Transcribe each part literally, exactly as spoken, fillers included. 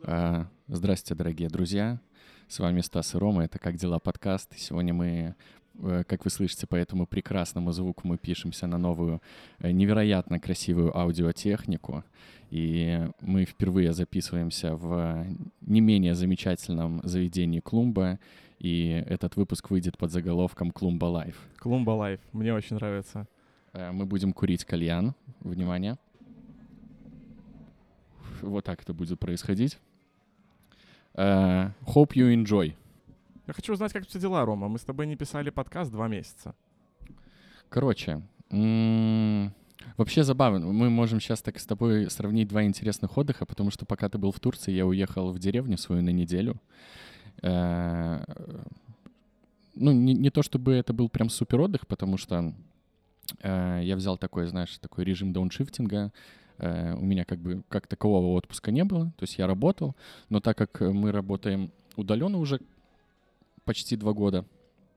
А, Здравствуйте, дорогие друзья. С вами Стас и Рома. Это «Как дела?» подкаст. Сегодня мы, э, как вы слышите, по этому прекрасному звуку мы пишемся на новую, э, невероятно красивую аудиотехнику. И мы впервые записываемся в не менее замечательном заведении «Клумба». И этот выпуск выйдет под заголовком «Клумба Лайф». Клумба Лайф. Мне очень нравится. Э, Мы будем курить кальян. Внимание. Вот так это будет происходить. Uh, hope you enjoy. Я хочу узнать, как у тебя дела, Рома. Мы с тобой не писали подкаст два месяца. Короче, м- вообще забавно. Мы можем сейчас так с тобой сравнить два интересных отдыха, потому что пока ты был в Турции, я уехал в деревню свою на неделю. Uh, ну, не, не то чтобы это был прям супер отдых, потому что uh, я взял такой, знаешь, такой режим дауншифтинга. Uh, у меня как бы как такового отпуска не было, то есть я работал, но так как мы работаем удаленно уже почти два года,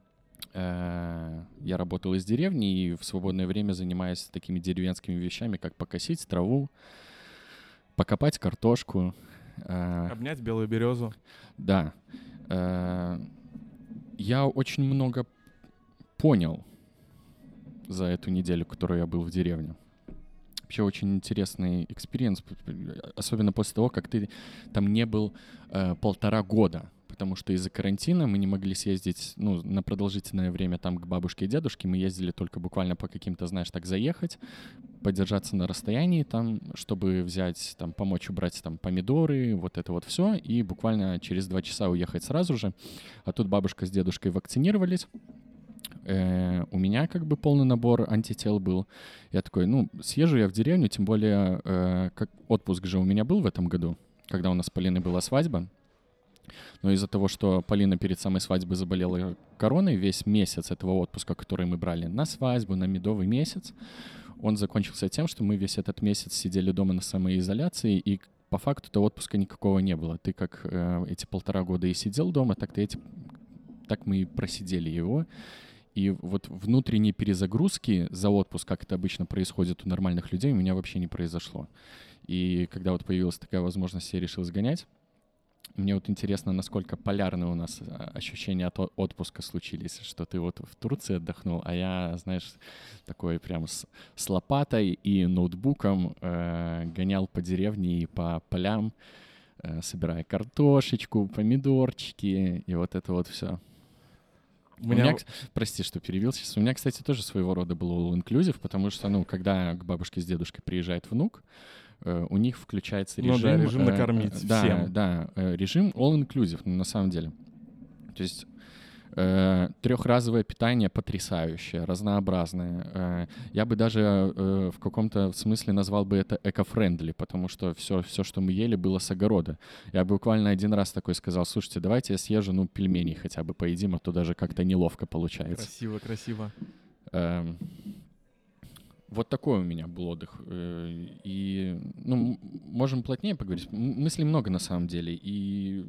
uh, я работал из деревни и в свободное время занимаюсь такими деревенскими вещами, как покосить траву, покопать картошку. Uh, Обнять белую березу. Да. Uh, я очень много понял за эту неделю, которую я был в деревне. Вообще очень интересный экспириенс, особенно после того, как ты там не был э, полтора года, потому что из-за карантина мы не могли съездить, ну, на продолжительное время там к бабушке и дедушке, мы ездили только буквально по каким-то, знаешь, так заехать, подержаться на расстоянии там, чтобы взять, там, помочь убрать там помидоры, вот это вот все, и буквально через два часа уехать сразу же. А тут бабушка с дедушкой вакцинировались. Э, у меня как бы полный набор антител был. Я такой, ну, съезжу я в деревню, тем более э, как отпуск же у меня был в этом году, когда у нас с Полиной была свадьба. Но из-за того, что Полина перед самой свадьбой заболела короной, весь месяц этого отпуска, который мы брали на свадьбу, на медовый месяц, он закончился тем, что мы весь этот месяц сидели дома на самоизоляции, и по факту-то отпуска никакого не было. Ты как э, эти полтора года и сидел дома, так, ты эти, так мы и просидели его. И вот внутренней перезагрузки за отпуск, как это обычно происходит у нормальных людей, у меня вообще не произошло. И когда вот появилась такая возможность, я решил сгонять. Мне вот интересно, насколько полярные у нас ощущения от отпуска случились, что ты вот в Турции отдохнул, а я, знаешь, такой прям с, с лопатой и ноутбуком э, гонял по деревне и по полям, э, собирая картошечку, помидорчики и вот это вот все. У меня... у меня, прости, что перебил сейчас. У меня, кстати, тоже своего рода был all-inclusive, потому что, ну, когда к бабушке с дедушкой приезжает внук, э, у них включается режим... Ну да, режим э, накормить э, всем. Да, да, э, режим all-inclusive, ну, на самом деле. То есть э, трехразовое питание потрясающее, разнообразное. Э, я бы даже э, в каком-то смысле назвал бы это эко-френдли, потому что все, все, что мы ели, было с огорода. Я буквально один раз такой сказал: слушайте, давайте я съезжу, ну, пельменей хотя бы поедим, а то даже как-то неловко получается. Красиво, красиво. Э, вот такой у меня был отдых. Э, и, ну, можем плотнее поговорить. Мыслей много на самом деле, и...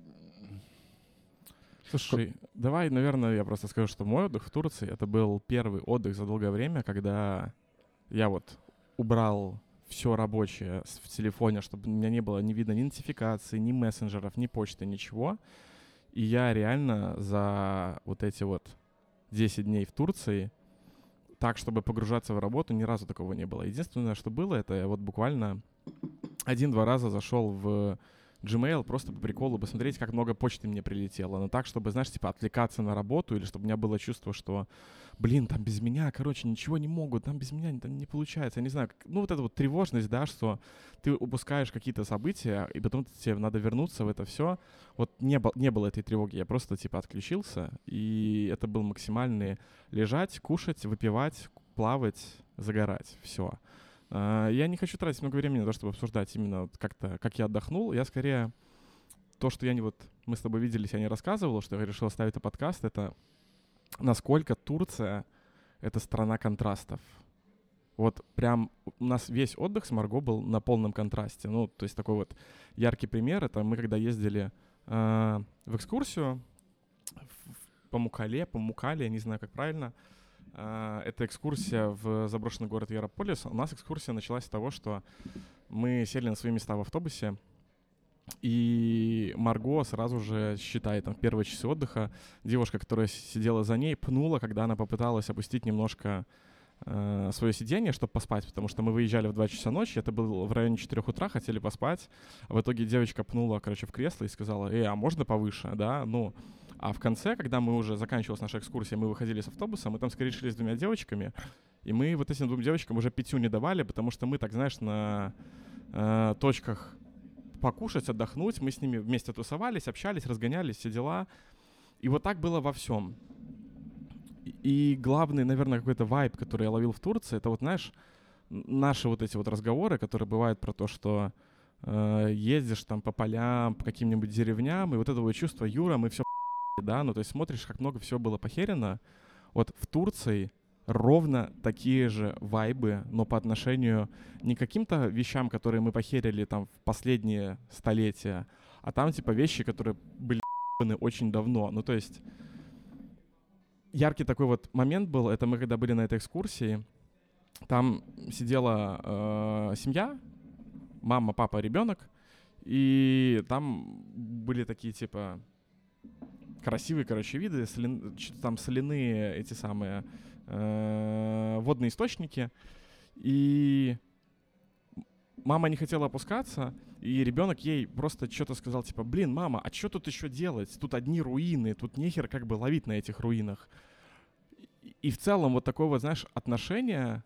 Слушай, как... давай, наверное, я просто скажу, что мой отдых в Турции — это был первый отдых за долгое время, когда я вот убрал все рабочее в телефоне, чтобы у меня не было ни видно ни нотификаций, ни мессенджеров, ни почты, ничего. И я реально за вот эти вот десять дней в Турции, так, чтобы погружаться в работу, ни разу такого не было. Единственное, что было, это я вот буквально один-два раза зашел в Gmail просто по приколу посмотреть, как много почты мне прилетело. Но так, чтобы, знаешь, типа отвлекаться на работу, или чтобы у меня было чувство, что, блин, там без меня, короче, ничего не могут, там без меня там не получается. Я не знаю, как, ну вот эта вот тревожность, да, что ты упускаешь какие-то события, и потом тебе надо вернуться в это все. Вот не, был, не было этой тревоги, я просто типа отключился, и это был максимальный лежать, кушать, выпивать, плавать, загорать, все. Я не хочу тратить много времени на то, чтобы обсуждать именно как-то, как я отдохнул. Я скорее... То, что я не вот... Мы с тобой виделись, я не рассказывал, что я решил оставить этот подкаст, это насколько Турция — это страна контрастов. Вот прям у нас весь отдых с Марго был на полном контрасте. Ну, то есть такой вот яркий пример — это мы когда ездили э, в экскурсию в, по Мукале, по Мукале, я не знаю, как правильно... Это экскурсия в заброшенный город Ярополис. У нас экскурсия началась с того, что мы сели на свои места в автобусе, И Марго сразу же, считай, там, в первые часы отдыха, девушка, которая сидела за ней, пнула, когда она попыталась опустить немножко э, свое сиденье, чтобы поспать, потому что мы выезжали в два часа ночи, это было в районе четырёх утра, хотели поспать. В итоге девочка пнула, короче, в кресло и сказала: «Эй, а можно повыше?» Да, ну... А в конце, когда мы уже заканчивалась наша экскурсия, мы выходили с автобуса, мы там скорешились с двумя девочками, и мы вот этим двум девочкам уже пятю не давали, потому что мы так, знаешь, на э, точках покушать, отдохнуть, мы с ними вместе тусовались, общались, разгонялись, все дела. И вот так было во всем. И главный, наверное, какой-то вайб, который я ловил в Турции, это вот, знаешь, наши вот эти вот разговоры, которые бывают про то, что э, ездишь там по полям, по каким-нибудь деревням, и вот это вот чувство: Юра, мы все да, ну то есть смотришь, как много всего было похерено. Вот в Турции ровно такие же вайбы, но по отношению не к каким-то вещам, которые мы похерили там в последние столетия, а там типа вещи, которые были очень давно. Ну то есть яркий такой вот момент был, это мы когда были на этой экскурсии, там сидела э, семья, мама, папа, ребенок, и там были такие типа красивые, короче, виды, солян... там соляные эти самые э, водные источники, и мама не хотела опускаться, и ребенок ей просто что-то сказал, типа: блин, мама, а что тут еще делать? Тут одни руины, тут нехер как бы ловить на этих руинах. И в целом вот такое вот, знаешь, отношение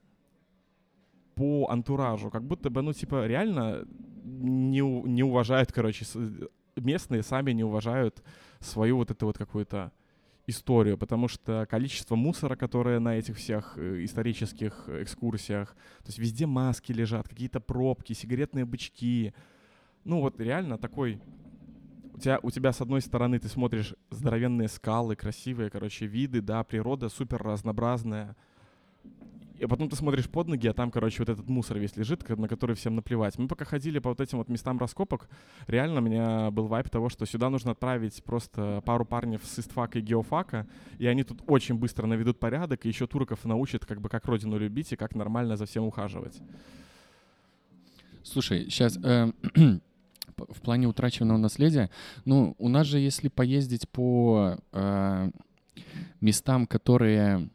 по антуражу, как будто бы, ну, типа, реально не, не уважают, короче, местные сами не уважают свою вот эту вот какую-то историю, потому что количество мусора, которое на этих всех исторических экскурсиях, то есть везде маски лежат, какие-то пробки, сигаретные бычки. Ну вот реально такой... У тебя, у тебя с одной стороны ты смотришь здоровенные скалы, красивые, короче, виды, да, природа супер разнообразная. И потом ты смотришь под ноги, а там, короче, вот этот мусор весь лежит, на который всем наплевать. Мы пока ходили по вот этим вот местам раскопок, реально у меня был вайб того, что сюда нужно отправить просто пару парней с истфака и геофака, и они тут очень быстро наведут порядок, и еще турков научат, как бы, как родину любить и как нормально за всем ухаживать. Слушай, сейчас... Э, в плане утраченного наследия, ну, у нас же, если поездить по э, местам, которые...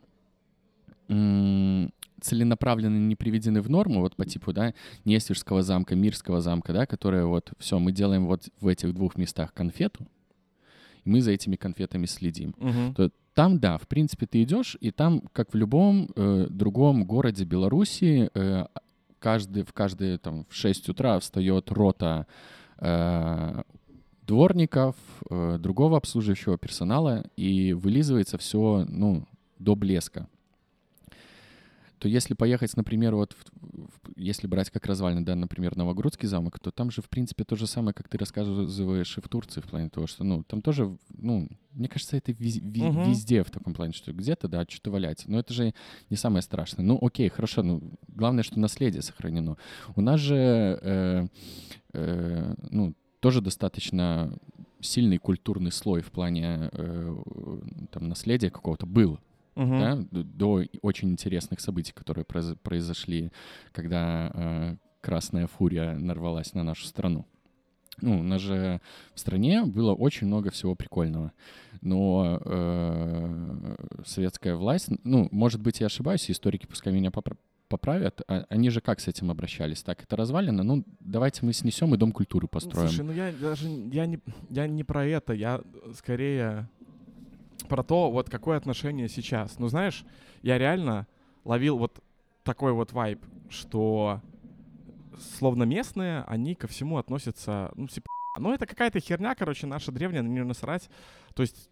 целенаправленно не приведены в норму, вот по типу, да, Несвежского замка, Мирского замка, да, которые вот, все, мы делаем вот в этих двух местах конфету, и мы за этими конфетами следим. Uh-huh. То там, да, в принципе, ты идешь, и там, как в любом э, другом городе Беларуси, э, каждый, в каждый, там, в шесть утра встает рота э, дворников, э, другого обслуживающего персонала, и вылизывается все, ну, до блеска. То если поехать, например, вот в, в, если брать как развалины, да, например, Новогрудский замок, то там же, в принципе, то же самое, как ты рассказываешь и в Турции, в плане того, что, ну, там тоже, ну, мне кажется, это виз, ви, uh-huh. везде в таком плане, что где-то, да, что-то валяется. Но это же не самое страшное. Ну, окей, хорошо, ну, главное, что наследие сохранено. У нас же, э, э, ну, тоже достаточно сильный культурный слой в плане э, там, наследия какого-то был. Uh-huh. Да, до, до очень интересных событий, которые произ, произошли, когда э, Красная Фурия нарвалась на нашу страну. Ну, у нас же в стране было очень много всего прикольного. Но э, советская власть, ну, может быть, я ошибаюсь, историки пускай меня попра- поправят, а, они же как с этим обращались? Так, это развалено, ну, давайте мы снесем и Дом культуры построим. Слушай, ну я даже я не, я не про это, я скорее... про то, вот какое отношение сейчас. Ну, знаешь, я реально ловил вот такой вот вайб, что словно местные, они ко всему относятся, ну, типа, ну, это какая-то херня, короче, наша древняя, на нее насрать. То есть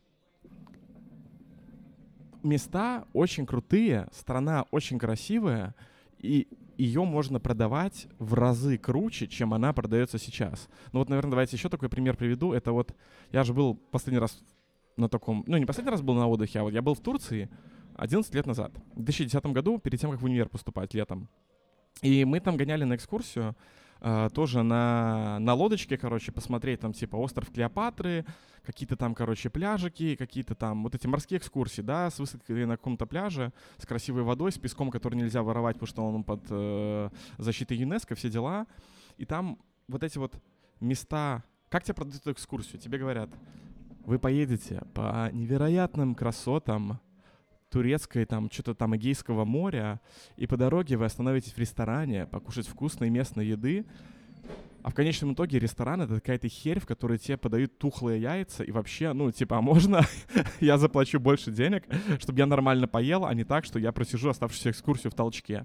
места очень крутые, страна очень красивая, и ее можно продавать в разы круче, чем она продается сейчас. Ну, вот, наверное, давайте еще такой пример приведу. Это вот, я же был последний раз на таком, ну, не последний раз был на отдыхе, а вот я был в Турции одиннадцать лет назад, в две тысячи десятом году, перед тем, как в универ поступать летом. И мы там гоняли на экскурсию, э, тоже на, на лодочке, короче, посмотреть там типа остров Клеопатры, какие-то там, короче, пляжики, какие-то там вот эти морские экскурсии, да, с высадкой на каком-то пляже, с красивой водой, с песком, который нельзя воровать, потому что он под э, защитой ЮНЕСКО, все дела. И там вот эти вот места как тебе продают эту экскурсию? Тебе говорят, вы поедете по невероятным красотам турецкой, там, что-то там, Эгейского моря, и по дороге вы остановитесь в ресторане, покушать вкусной местной еды, а в конечном итоге ресторан — это какая-то херь, в которой тебе подают тухлые яйца, и вообще, ну, типа, а можно я заплачу больше денег, чтобы я нормально поел, а не так, что я просижу оставшуюся экскурсию в толчке.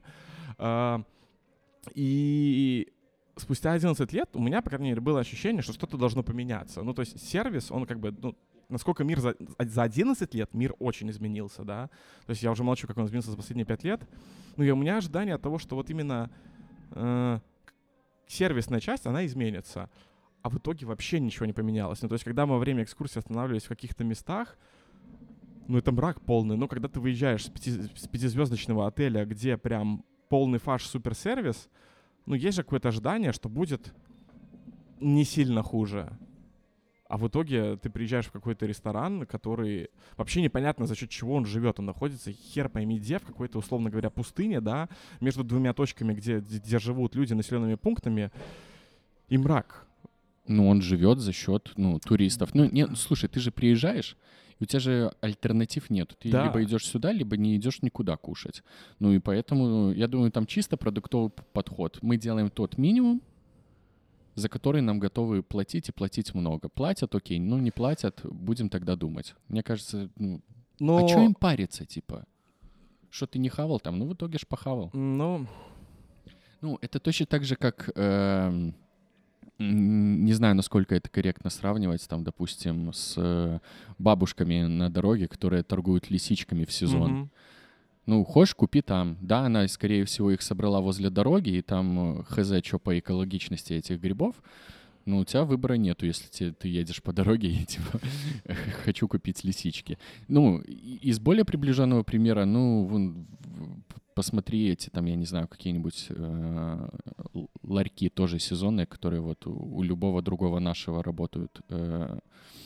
И спустя одиннадцать лет у меня, по крайней мере, было ощущение, что что-то должно поменяться. Ну, то есть сервис, он как бы, ну, насколько мир за, за одиннадцать лет, мир очень изменился, да. То есть я уже молчу, как он изменился за последние пять лет. Ну, и у меня ожидание от того, что вот именно э, сервисная часть, она изменится. А в итоге вообще ничего не поменялось. Ну, то есть когда мы во время экскурсии останавливались в каких-то местах, ну, это мрак полный. Но когда ты выезжаешь с, пяти, с пятизвездочного отеля, где прям полный фарш, суперсервис, ну, есть же какое-то ожидание, что будет не сильно хуже. А в итоге ты приезжаешь в какой-то ресторан, который вообще непонятно, за счет чего он живет. Он находится, хер пойми где, в какой-то, условно говоря, пустыне, да, между двумя точками, где, где живут люди, населенными пунктами, и мрак. Ну, он живет за счет, ну, туристов. Ну, не, слушай, ты же приезжаешь, и у тебя же альтернатив нет. Ты Да. либо идешь сюда, либо не идешь никуда кушать. Ну, и поэтому, я думаю, там чисто продуктовый подход. Мы делаем тот минимум, за который нам готовы платить, и платить много. Платят, окей, ну не платят, будем тогда думать. Мне кажется, ну, Но... а что им париться, типа? Что ты не хавал там? Ну, в итоге ж похавал. Ну... Ну, это точно так же, как... Э, не знаю, насколько это корректно сравнивать, там, допустим, с бабушками на дороге, которые торгуют лисичками в сезон. Mm-hmm. Ну, хочешь, купи там. Да, она, скорее всего, их собрала возле дороги, и там хз, что по экологичности этих грибов. Но у тебя выбора нету, если те, ты едешь по дороге и, типа, хочу купить лисички. Ну, из более приближенного примера, ну, вон, посмотри эти, там, я не знаю, какие-нибудь э, ларьки тоже сезонные, которые вот у, у любого другого нашего работают... Э,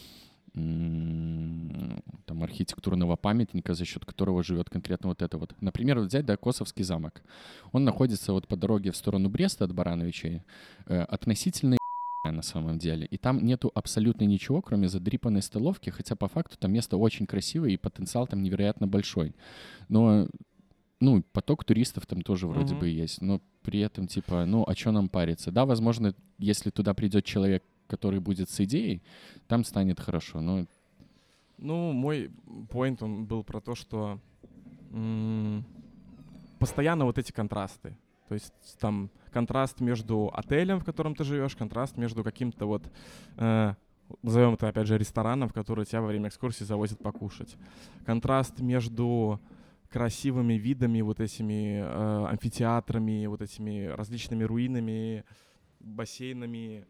там, архитектурного памятника, за счет которого живет конкретно вот это вот. Например, вот взять, да, Косовский замок. Он находится вот по дороге в сторону Бреста от Барановичей, э, относительно на самом деле. И там нету абсолютно ничего, кроме задрипанной столовки, хотя по факту там место очень красивое и потенциал там невероятно большой. Но, ну, поток туристов там тоже вроде Mm-hmm. бы есть, но при этом, типа, ну, а что нам париться? Да, возможно, если туда придет человек, который будет с идеей, там станет хорошо, но... Ну, мой поинт, он был про то, что м- постоянно вот эти контрасты. То есть там контраст между отелем, в котором ты живешь, контраст между каким-то вот, э, назовем это опять же рестораном, в который тебя во время экскурсии завозят покушать. Контраст между красивыми видами, вот этими э, амфитеатрами, вот этими различными руинами, бассейнами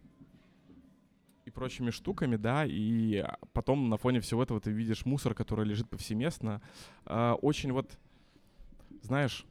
и прочими штуками, да, и потом на фоне всего этого ты видишь мусор, который лежит повсеместно. Э, очень вот, знаешь,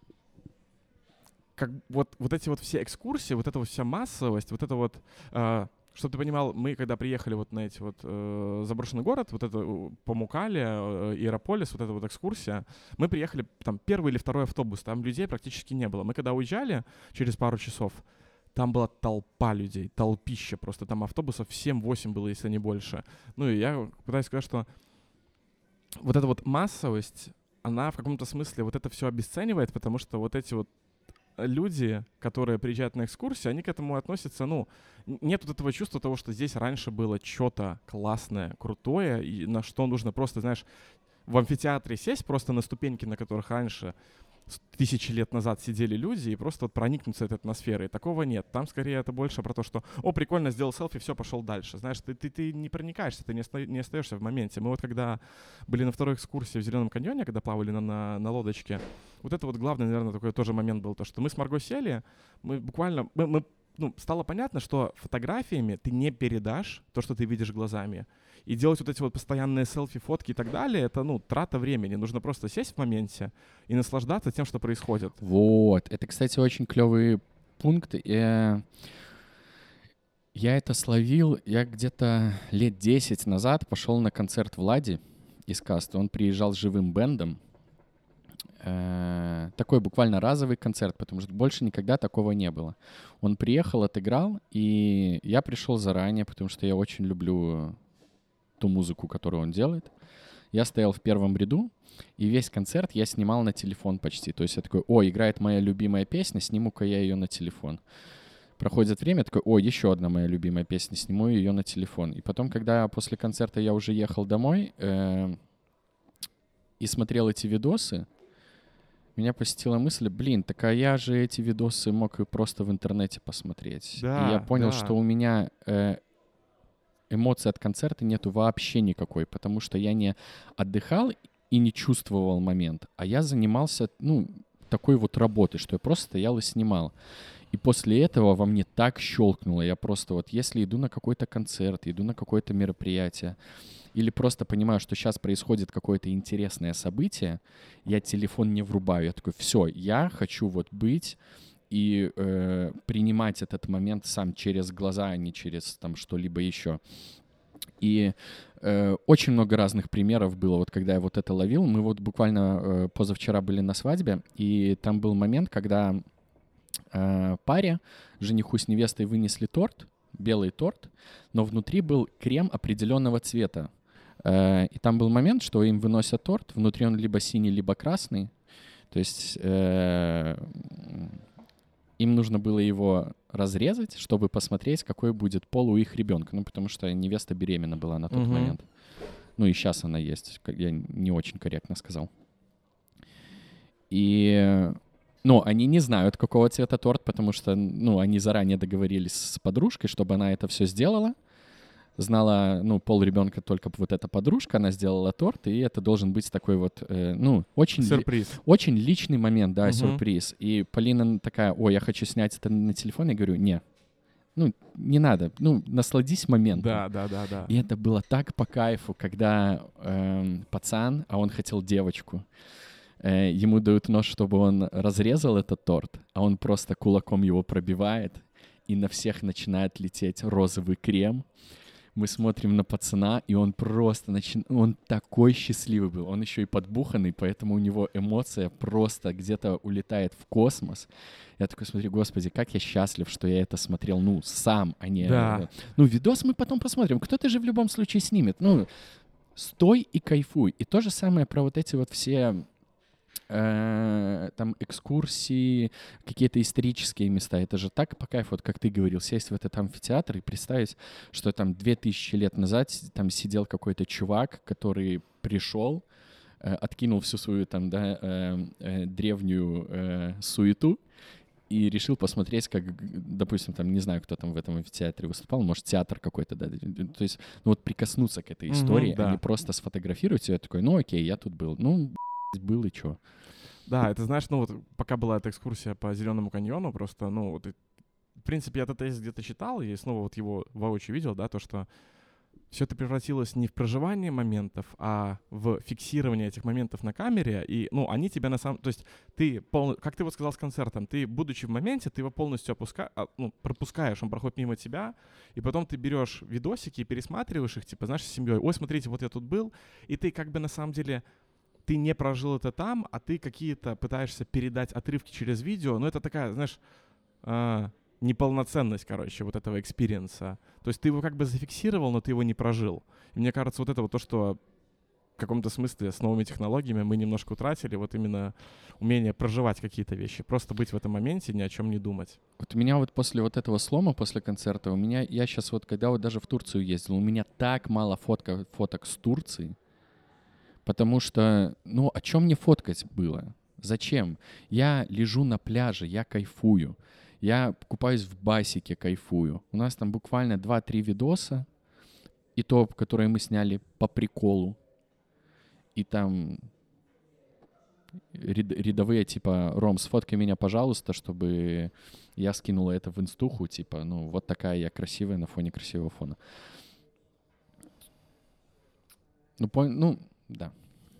как вот, вот эти вот все экскурсии, вот эта вот вся массовость, вот это вот, э, чтобы ты понимал, мы когда приехали вот на эти вот э, заброшенный город, вот это Памуккале, э, Иерополис, вот эта вот экскурсия, мы приехали, там, первый или второй автобус, там людей практически не было. Мы когда уезжали через пару часов, там была толпа людей, толпища просто, там автобусов семь-восемь было, если не больше. Ну и я пытаюсь сказать, что вот эта вот массовость, она в каком-то смысле вот это все обесценивает, потому что вот эти вот люди, которые приезжают на экскурсию, они к этому относятся, ну, нет вот этого чувства того, что здесь раньше было что-то классное, крутое, и на что нужно просто, знаешь, в амфитеатре сесть просто на ступеньки, на которых раньше тысячи лет назад сидели люди, и просто вот проникнуться этой атмосферой. Такого нет. Там скорее это больше про то, что «О, прикольно, сделал селфи, все, пошел дальше». Знаешь, ты, ты, ты не проникаешься, ты не, оста- не остаешься в моменте. Мы вот когда были на второй экскурсии в Зеленом каньоне, когда плавали на, на, на лодочке, вот это вот главный, наверное, такой тоже момент был, то, что мы с Марго сели, мы буквально... Мы, мы, ну, стало понятно, что фотографиями ты не передашь то, что ты видишь глазами. И делать вот эти вот постоянные селфи, фотки и так далее, это, ну, трата времени. Нужно просто сесть в моменте и наслаждаться тем, что происходит. Вот. Это, кстати, очень клевый пункт. Я, я это словил. Я где-то лет десять назад пошел на концерт Влади из Каста. Он приезжал с живым бэндом. э, такой буквально разовый концерт, потому что больше никогда такого не было. Он приехал, отыграл, и я пришел заранее, потому что я очень люблю ту музыку, которую он делает. Я стоял в первом ряду, и весь концерт я снимал на телефон почти. То есть я такой, о, играет моя любимая песня, сниму-ка я ее на телефон. Проходит время, я такой, о, еще одна моя любимая песня, сниму ее на телефон. И потом, когда после концерта я уже ехал домой э, и смотрел эти видосы, меня посетила мысль, блин, так а я же эти видосы мог и просто в интернете посмотреть. Да, и я понял, да. что у меня э, эмоций от концерта нету вообще никакой, потому что я не отдыхал и не чувствовал момент, а я занимался, ну, такой вот работой, что я просто стоял и снимал. И после этого во мне так щелкнуло. Я просто вот, если иду на какой-то концерт, иду на какое-то мероприятие, или просто понимаю, что сейчас происходит какое-то интересное событие, я телефон не врубаю. Я такой, все, я хочу вот быть и э, принимать этот момент сам через глаза, а не через там что-либо еще. И э, очень много разных примеров было, вот когда я вот это ловил. Мы вот буквально э, позавчера были на свадьбе, и там был момент, когда э, паре, жениху с невестой вынесли торт, белый торт, но внутри был крем определенного цвета. Э, и там был момент, что им выносят торт, внутри он либо синий, либо красный. То есть э, им нужно было его разрезать, чтобы посмотреть, какой будет пол у их ребенка. Ну, потому что невеста беременна была на тот Мгм. момент. Ну, и сейчас она есть. как Я не очень корректно сказал. И... Ну, они не знают, какого цвета торт, потому что, ну, они заранее договорились с подружкой, чтобы она это все сделала. Знала, ну, пол ребенка только вот эта подружка, она сделала торт, и это должен быть такой вот, э, ну, очень... ли- Сюрприз. Очень личный момент, да, Мгм. сюрприз. И Полина такая, ой, я хочу снять это на телефон. Я говорю, не, ну, не надо, ну, насладись моментом. Да, да, да, да. И это было так по кайфу, когда эм, пацан, а он хотел девочку, э, ему дают нож, чтобы он разрезал этот торт, а он просто кулаком его пробивает, и на всех начинает лететь розовый крем. Мы смотрим на пацана, и он просто начи... он такой счастливый был. Он еще и подбуханный, поэтому у него эмоция просто где-то улетает в космос. Я такой смотрю, господи, как я счастлив, что я это смотрел, ну, сам, а не... Да. Ну, видос мы потом посмотрим. Кто-то же в любом случае снимет. Ну, стой и кайфуй. И то же самое про вот эти вот все... э, там экскурсии, какие-то исторические места. Это же так по кайфу, вот как ты говорил, сесть в этот амфитеатр и представить, что там две тысячи лет назад с- там сидел какой-то чувак, который пришел, э, откинул всю свою там, да, э, э, древнюю э, суету и решил посмотреть, как, г- допустим, там, не знаю, кто там в этом амфитеатре выступал, может, театр какой-то, да, то есть, ну, вот прикоснуться к этой Мгм, истории, а да. не просто сфотографировать ее, я такой, ну, окей, я тут был, ну, был и чё. Да, это знаешь, ну вот пока была эта экскурсия по Зеленому каньону, просто, ну, вот, и, в принципе, я этот тезис где-то читал, и снова вот его воочию видел, да, то, что все это превратилось не в проживание моментов, а в фиксирование этих моментов на камере, и, ну, они тебя на самом... То есть ты, пол... как ты вот сказал с концертом, ты, будучи в моменте, ты его полностью опуска... а, ну, пропускаешь, он проходит мимо тебя, и потом ты берешь видосики и пересматриваешь их, типа, знаешь, с семьей, ой, смотрите, вот я тут был, и ты как бы на самом деле... Ты не прожил это там, а ты какие-то пытаешься передать отрывки через видео, но это такая, знаешь, а, неполноценность, короче, вот этого экспириенса. То есть ты его как бы зафиксировал, но ты его не прожил. И мне кажется, вот это вот то, что в каком-то смысле с новыми технологиями мы немножко утратили, вот именно умение проживать какие-то вещи, просто быть в этом моменте, ни о чем не думать. Вот у меня вот после вот этого слома, после концерта, у меня, я сейчас вот, когда вот даже в Турцию ездил, у меня так мало фотка, фоток с Турции, потому что, ну, о чем мне фоткать было? Зачем? Я лежу на пляже, я кайфую. Я купаюсь в басике, кайфую. У нас там буквально два-три видоса, и то, которые мы сняли по приколу. И там ряд- рядовые, типа, Ром, сфоткай меня, пожалуйста, чтобы я скинула это в инстуху, типа, ну, вот такая я красивая на фоне красивого фона. Ну, пон- ну, да.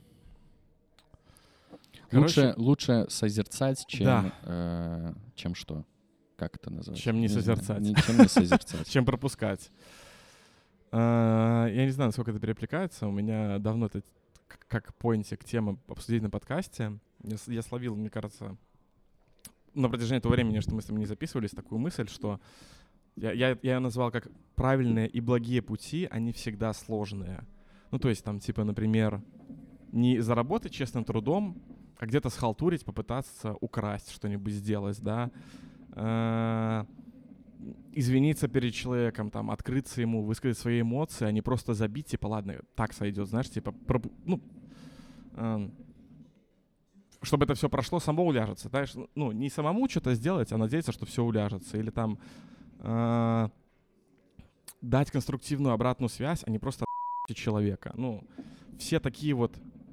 Короче, Лучше, лучше созерцать, чем, Да. э, чем что? Как это называется? Чем не знаю. созерцать. Не- чем не созерцать. Чем пропускать. А, Я не знаю, насколько это перекликается. У меня давно это к- как поинтик тема обсудить на подкасте. Я, с- я словил, мне кажется, на протяжении того времени, что мы с тобой не записывались, такую мысль, что я, я, я ее назвал как правильные и благие пути, они всегда сложные. Ну, то есть там, типа, например, не заработать честным трудом, а где-то схалтурить, попытаться украсть что-нибудь сделать, да, Э, извиниться перед человеком, там, открыться ему, высказать свои эмоции, а не просто забить, типа, ладно, так сойдет, знаешь, типа, пропу- ну, э, чтобы это все прошло, само уляжется, знаешь, ну, не самому что-то сделать, а надеяться, что все уляжется, или там э, дать конструктивную обратную связь, а не просто человека. Ну, все такие вот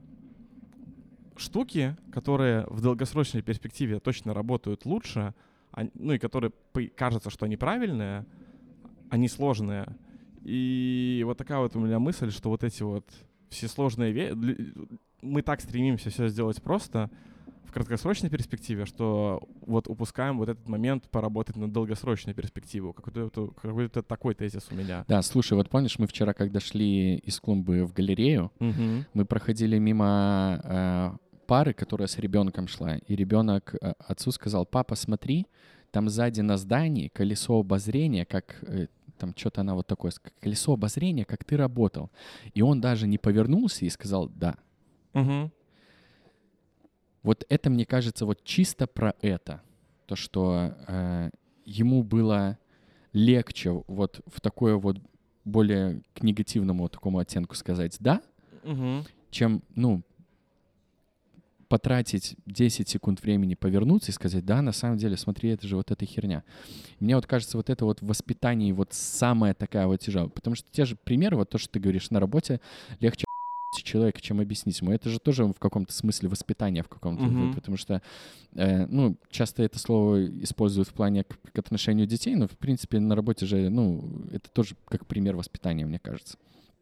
штуки, которые в долгосрочной перспективе точно работают лучше, а- ну и которые по- кажется, что они правильные, они сложные. И вот такая вот у меня мысль, что вот эти вот все сложные вещи, мы так стремимся все сделать просто в краткосрочной перспективе, что вот упускаем вот этот момент поработать на долгосрочную перспективу. Какой-то, какой-то такой тезис у меня. Да, слушай, вот помнишь, мы вчера, когда шли из клумбы в галерею, Угу. мы проходили мимо э, пары, которая с ребенком шла, и ребенок э, отцу сказал: папа, смотри, там сзади на здании колесо обозрения, как э, там что-то она вот такое, ск- колесо обозрения, как ты работал. И он даже не повернулся и сказал «да». Угу. Вот это, мне кажется, вот чисто про это. То, что э, ему было легче вот в такое вот более к негативному такому оттенку сказать «да», Угу. чем, ну, потратить десять секунд времени, повернуться и сказать: да, на самом деле, смотри, это же вот эта херня. Мне вот кажется, вот это вот в воспитании вот самая такая вот тяжелая. Потому что те же примеры, вот то, что ты говоришь, на работе легче человека, чем объяснить ему. Это же тоже в каком-то смысле воспитание в каком-то, Мгм. потому что, э, ну, часто это слово используют в плане к, к отношению детей, но, в принципе, на работе же, ну, это тоже как пример воспитания, мне кажется.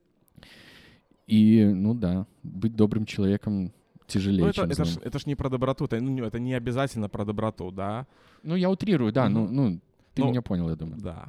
И, ну да, быть добрым человеком тяжелее, Ну, это, чем это, ж, злым. это ж не про доброту, это, ну, не- это не обязательно про доброту, да? Ну, я утрирую, да, ну, Мгм. ну, ты Ну, меня понял, я думаю. Да.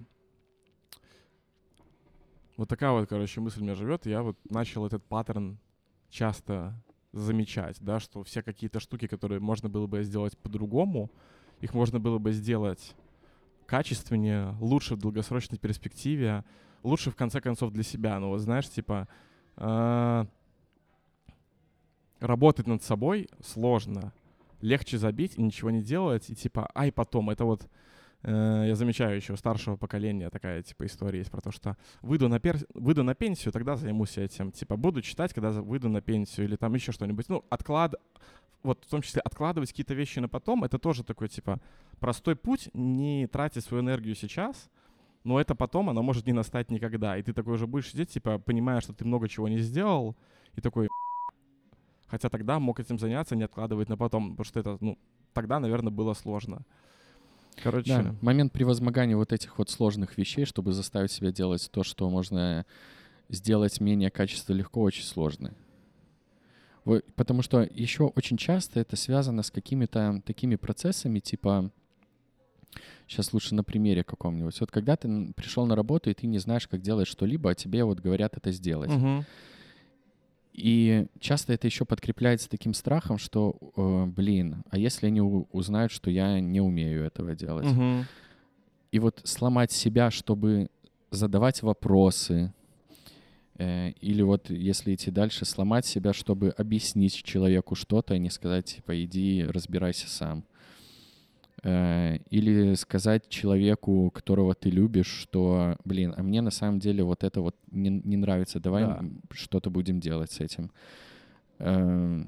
Вот такая вот, короче, мысль у меня живет, и я вот начал этот паттерн часто замечать, да, что все какие-то штуки, которые можно было бы сделать по-другому, их можно было бы сделать качественнее, лучше в долгосрочной перспективе, лучше, в конце концов, для себя. Ну, вот знаешь, типа, э, работать над собой сложно. Легче забить и ничего не делать, и типа, ай, потом. Это вот, э, я замечаю еще у старшего поколения такая, типа, история есть про то, что выйду на, пер... выйду на пенсию, тогда займусь этим. Типа, буду читать, когда за- выйду на пенсию, или там еще что-нибудь. Ну, отклад... Вот в том числе откладывать какие-то вещи на потом, это тоже такой, типа, простой путь, не тратить свою энергию сейчас, но это потом, оно может не настать никогда. И ты такой уже будешь сидеть, типа, понимая, что ты много чего не сделал, и такой, хотя тогда мог этим заняться, не откладывать на потом, потому что это, ну, тогда, наверное, было сложно. Короче, Да, момент превозмогания вот этих вот сложных вещей, чтобы заставить себя делать то, что можно сделать менее качественно легко, очень сложно. Вот, потому что еще очень часто это связано с какими-то такими процессами, типа, сейчас лучше на примере каком-нибудь. Вот когда ты н- пришел на работу, и ты не знаешь, как делать что-либо, а тебе вот говорят это сделать. мгм. И часто это еще подкрепляется таким страхом, что, э, блин, а если они у- узнают, что я не умею этого делать? Мгм. И вот сломать себя, чтобы задавать вопросы, э, или вот если идти дальше, сломать себя, чтобы объяснить человеку что-то, а не сказать, типа, иди разбирайся сам. Э, или сказать человеку, которого ты любишь, что, блин, а мне на самом деле вот это вот не, не нравится, давай Да. м, что-то будем делать с этим. Эм,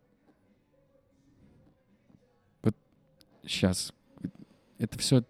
Вот сейчас это все,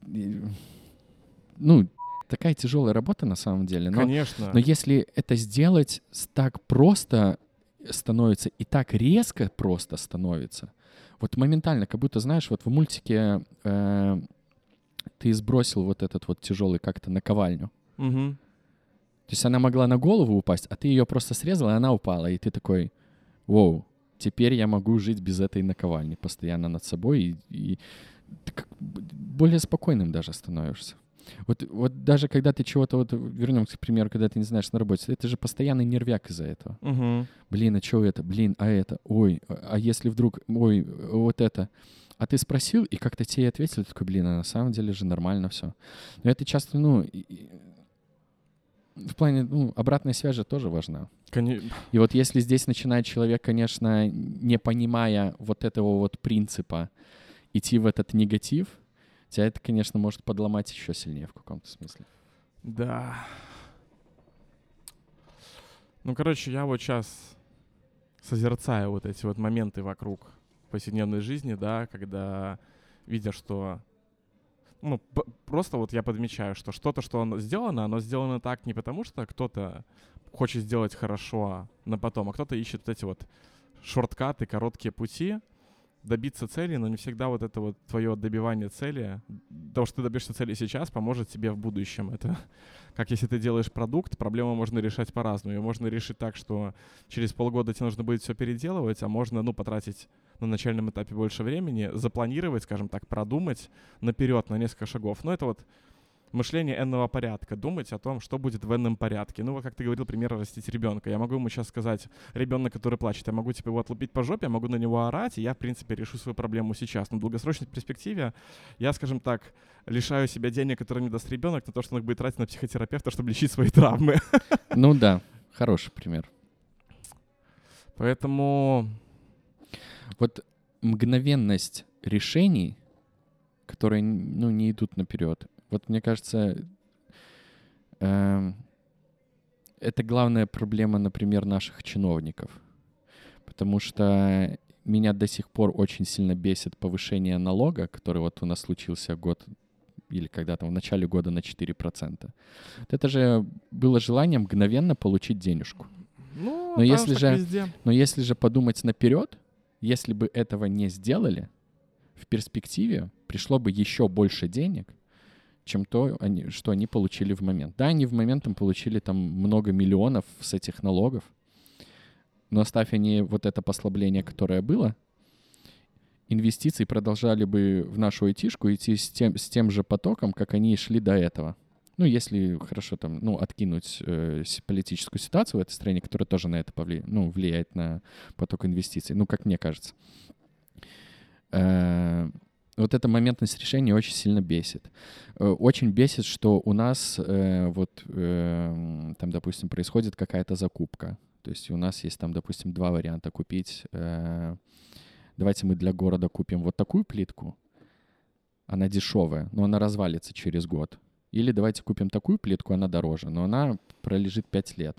ну, такая тяжелая работа на самом деле, но, Конечно. но если это сделать с- так просто становится и так резко просто становится, вот моментально, как будто, знаешь, вот в мультике э, ты сбросил вот этот вот тяжелый как-то наковальню. Мгм. То есть она могла на голову упасть, а ты ее просто срезал, и она упала. И ты такой, воу, теперь я могу жить без этой наковальни постоянно над собой. И, и ты как бы более спокойным даже становишься. Вот, вот даже когда ты чего-то, вот вернемся к примеру, когда ты не знаешь на работе, это же постоянный нервяк из-за этого. Угу. Блин, а что это? Блин, а это? Ой, а а если вдруг, ой, вот это? А ты спросил, и как-то тебе ответили, ты такой, блин, а на самом деле же нормально все. Но это часто, ну, и- и в плане, ну, обратная связь же тоже важна. Кони... И вот если здесь начинает человек, конечно, не понимая вот этого вот принципа, идти в этот негатив, тебя это, конечно, может подломать еще сильнее в каком-то смысле. Да. Ну, короче, я вот сейчас созерцаю вот эти вот моменты вокруг повседневной жизни, да, когда видя, что... Ну, п- просто вот я подмечаю, что что-то, что оно сделано, оно сделано так не потому, что кто-то хочет сделать хорошо на потом, а кто-то ищет вот эти вот шорткаты, короткие пути, добиться цели, но не всегда вот это вот твое добивание цели, того, что ты добьешься цели сейчас, поможет тебе в будущем. Это как если ты делаешь продукт, проблему можно решать по-разному. Ее можно решить так, что через полгода тебе нужно будет все переделывать, а можно, ну, потратить на начальном этапе больше времени, запланировать, скажем так, продумать наперед на несколько шагов. Но это вот мышление энного порядка, думать о том, что будет в энном порядке. Ну, вот как ты говорил, пример, растить ребенка. Я могу ему сейчас сказать, ребенок, который плачет, я могу типа его отлупить по жопе, я могу на него орать, и я, в принципе, решу свою проблему сейчас. Но в долгосрочной перспективе я, скажем так, лишаю себя денег, которые мне даст ребенок, на то, что он их будет тратить на психотерапевта, чтобы лечить свои травмы. Ну да, хороший пример. Поэтому... Вот мгновенность решений, которые, ну, не идут наперед. Вот мне кажется, эм, это главная проблема, например, наших чиновников. Потому что меня до сих пор очень сильно бесит повышение налога, который вот у нас случился год или когда-то в начале года на четыре процента. Это же было желание мгновенно получить денежку. Ну, Но если же, везде. но если же подумать наперед, если бы этого не сделали, в перспективе пришло бы еще больше денег, чем то, они, что они получили в момент. Да, они в момент там получили там много миллионов с этих налогов, но оставь они вот это послабление, которое было, инвестиции продолжали бы в нашу айтишку идти с тем, с тем же потоком, как они шли до этого. Ну, если хорошо там, ну, откинуть э, политическую ситуацию в этой стране, которая тоже на это повли... ну, влияет на поток инвестиций, ну, как мне кажется. Э, вот эта моментность решения очень сильно бесит. Э, очень бесит, что у нас э, вот э, там, допустим, происходит какая-то закупка. То есть у нас есть там, допустим, два варианта купить. Э, давайте мы для города купим вот такую плитку. Она дешевая, но она развалится через год. Или давайте купим такую плитку, она дороже, но она пролежит пять лет.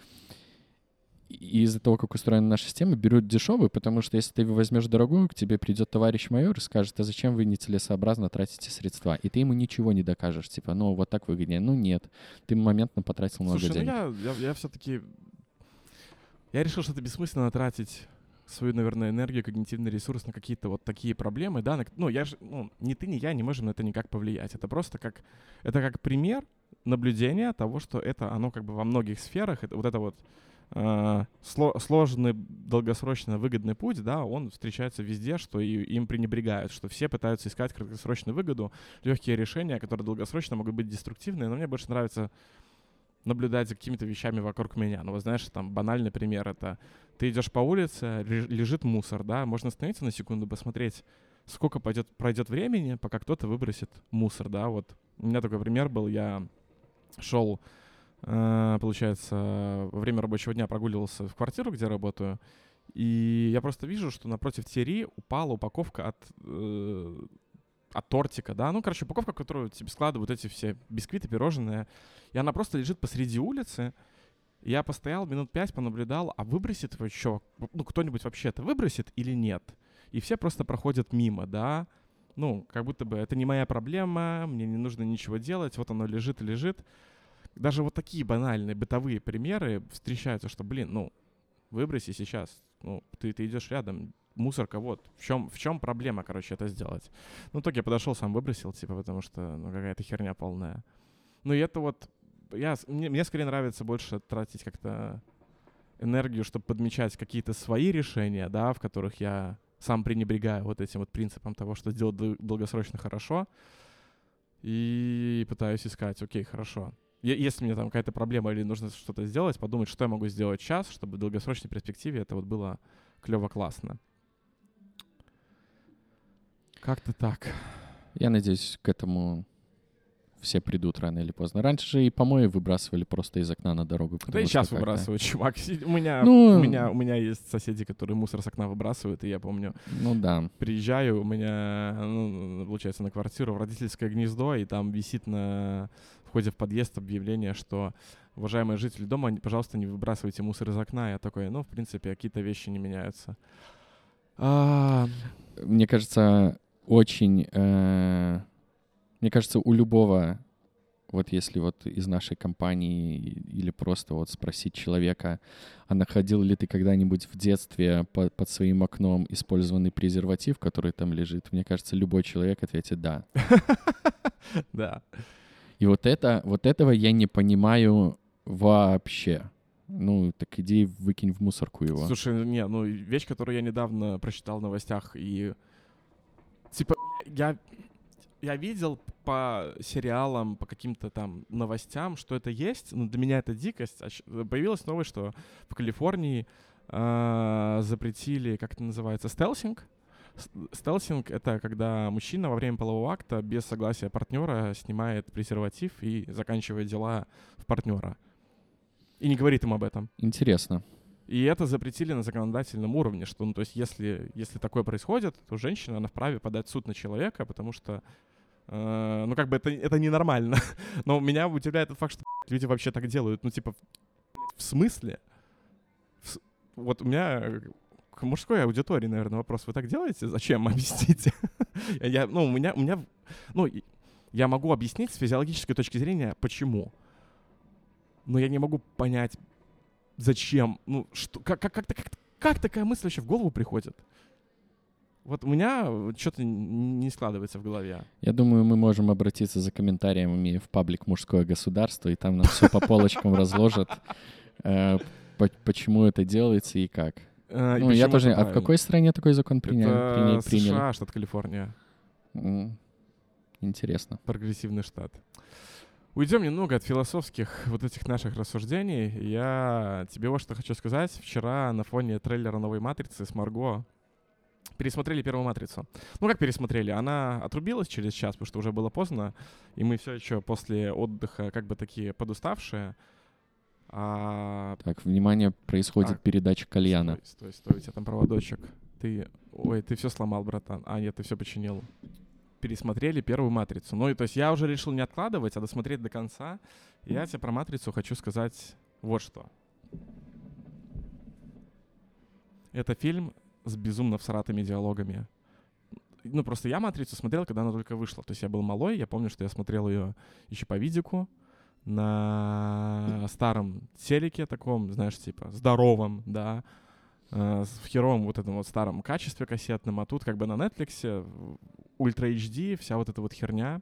И из-за того, как устроена наша система, берут дешевую, потому что если ты возьмешь дорогую, к тебе придет товарищ майор и скажет, а зачем вы нецелесообразно тратите средства? И ты ему ничего не докажешь, типа, ну вот так выгоднее. Ну нет, ты моментно потратил много Слушай, денег. ну я, я, я все-таки... Я решил, что это бессмысленно тратить свою, наверное, энергию, когнитивный ресурс на какие-то вот такие проблемы, да, на, ну, я же, ну, ни ты, ни я не можем на это никак повлиять. Это просто как, это как пример наблюдения того, что это, оно как бы во многих сферах, это вот это вот э, сло, сложный, долгосрочно выгодный путь, да, он встречается везде, что и, им пренебрегают, что все пытаются искать краткосрочную выгоду, легкие решения, которые долгосрочно могут быть деструктивные, но мне больше нравится наблюдать за какими-то вещами вокруг меня. Ну, вот знаешь, там банальный пример — это ты идешь по улице, лежит мусор, да, можно остановиться на секунду, посмотреть, сколько пойдет, пройдет времени, пока кто-то выбросит мусор, да, вот. У меня такой пример был, я шел, э, получается, во время рабочего дня прогуливался в квартиру, где работаю, и я просто вижу, что напротив двери упала упаковка от... Э, от тортика, да, ну, короче, упаковка, в которую тебе складывают эти все бисквиты, пирожные, и она просто лежит посреди улицы. Я постоял минут пять, понаблюдал, а выбросит его еще, ну, кто-нибудь вообще это выбросит или нет? И все просто проходят мимо, да, ну, как будто бы это не моя проблема, мне не нужно ничего делать, вот оно лежит и лежит. Даже вот такие банальные бытовые примеры встречаются, что, блин, ну, выброси сейчас, ну, ты, ты идешь рядом, мусорка, вот. В чем, в чем проблема, короче, это сделать? Ну, в итоге я подошел, сам выбросил, типа, потому что, ну, какая-то херня полная. Ну, и это вот... Я, мне, мне скорее нравится больше тратить как-то энергию, чтобы подмечать какие-то свои решения, да, в которых я сам пренебрегаю вот этим вот принципом того, что сделать долгосрочно хорошо. и пытаюсь искать, окей, хорошо. Е- Если мне там какая-то проблема или нужно что-то сделать, подумать, что я могу сделать сейчас, чтобы в долгосрочной перспективе это вот было клево, классно. Как-то так. Я надеюсь, к этому все придут рано или поздно. Раньше же и помои выбрасывали просто из окна на дорогу. Да и потому что сейчас как-то- выбрасывают, чувак. Си- У меня, Ну- у меня, у меня есть соседи, которые мусор с окна выбрасывают, и я помню, Ну да. приезжаю, у меня, ну, получается, на квартиру в родительское гнездо, и там висит на входе в подъезд объявление, что уважаемые жители дома, не- пожалуйста, не выбрасывайте мусор из окна. Я такой, ну, в принципе, какие-то вещи не меняются. А, Мне кажется, очень... э, Мне кажется, у любого, вот если вот из нашей компании или просто вот спросить человека, а находил ли ты когда-нибудь в детстве по- под своим окном использованный презерватив, который там лежит, мне кажется, любой человек ответит «да». Да. И вот это, вот этого я не понимаю вообще. Ну, так иди выкинь в мусорку его. Слушай, не, ну, вещь, которую я недавно прочитал в новостях, и типа я, я видел по сериалам, по каким-то там новостям, что это есть, но для меня это дикость. А щ- Появилась новость, что в Калифорнии а, запретили, как это называется, стелсинг. С- Стелсинг — это когда мужчина во время полового акта без согласия партнера снимает презерватив и заканчивает дела в партнера. И не говорит им об этом. Интересно. И это запретили на законодательном уровне, что, ну, то есть, если, если такое происходит, то женщина, она вправе подать в суд на человека, потому что, э, ну, как бы это, это ненормально. Но меня удивляет тот факт, что люди вообще так делают. Ну, типа, в смысле? В с- Вот у меня к мужской аудитории, наверное, вопрос. Вы так делаете? Зачем? Объясните. Я, ну, у меня, у меня, ну, и- я могу объяснить с физиологической точки зрения, почему. Но я не могу понять, зачем? Ну, что, как, как, как, как, как такая мысль вообще в голову приходит? Вот у меня что-то не складывается в голове. Я думаю, мы можем обратиться за комментариями в паблик «Мужское государство», и там нам все по полочкам разложат, э, по- почему это делается и как. Э, и Ну, я почему тоже... это А в правильно? какой стране такой закон приня- Это приня- приняли? США, штат Калифорния. М, Интересно. Прогрессивный штат. Уйдем немного от философских вот этих наших рассуждений. Я тебе вот что хочу сказать. Вчера на фоне трейлера новой «Матрицы» с Марго пересмотрели первую «Матрицу». Ну, как пересмотрели? Она отрубилась через час, потому что уже было поздно, и мы все еще после отдыха как бы такие подуставшие. А... Так, внимание, происходит Так, передача кальяна. Стой, стой, стой, у тебя там проводочек. Ты, ой, ты все сломал, братан. А, нет, ты все починил. Пересмотрели первую «Матрицу». Ну, и то есть я уже решил не откладывать, а досмотреть до конца. И я тебе про «Матрицу» хочу сказать вот что. Это фильм с безумно всратыми диалогами. Ну, просто я «Матрицу» смотрел, когда она только вышла. То есть я был малой, я помню, что я смотрел ее еще по видику на старом телеке таком, знаешь, типа здоровом, да, э, в херовом вот этом вот старом качестве кассетном, а тут как бы на Netflix Ультра эйч ди, вся вот эта вот херня.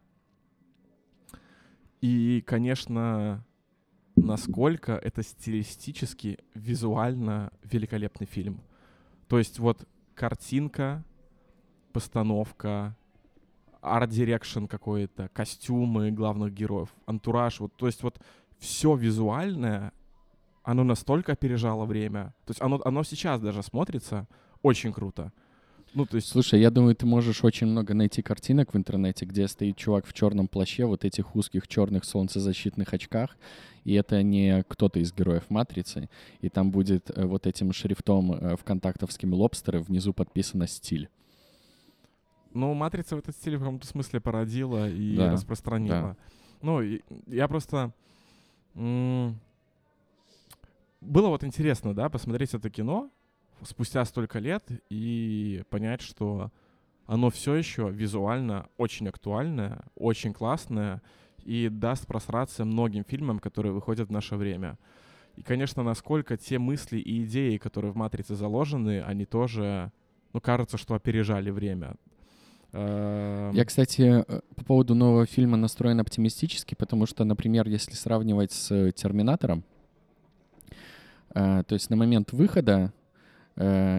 И, конечно, насколько это стилистически, визуально великолепный фильм. То есть вот картинка, постановка, арт-дирекшн какой-то, костюмы главных героев, антураж, вот, то есть вот все визуальное, оно настолько опережало время. То есть оно, оно сейчас даже смотрится очень круто. Ну, то есть... Слушай, я думаю, ты можешь очень много найти картинок в интернете, где стоит чувак в черном плаще, вот этих узких черных солнцезащитных очках, и это не кто-то из героев «Матрицы», и там будет э, вот этим шрифтом э, вконтактовским «Лобстеры» внизу подписано «Стиль». Ну, «Матрица» в этот стиль в каком-то смысле породила и Да, распространила. Ну, и я просто... м- Было вот интересно, да, посмотреть это кино спустя столько лет и понять, что оно все еще визуально очень актуальное, очень классное и даст просраться многим фильмам, которые выходят в наше время. И, конечно, насколько те мысли и идеи, которые в «Матрице» заложены, они тоже, ну, кажется, что опережали время. Эм, Я, кстати, э, по поводу нового фильма настроен оптимистически, потому что, например, если сравнивать с «Терминатором», э, то есть на момент выхода э,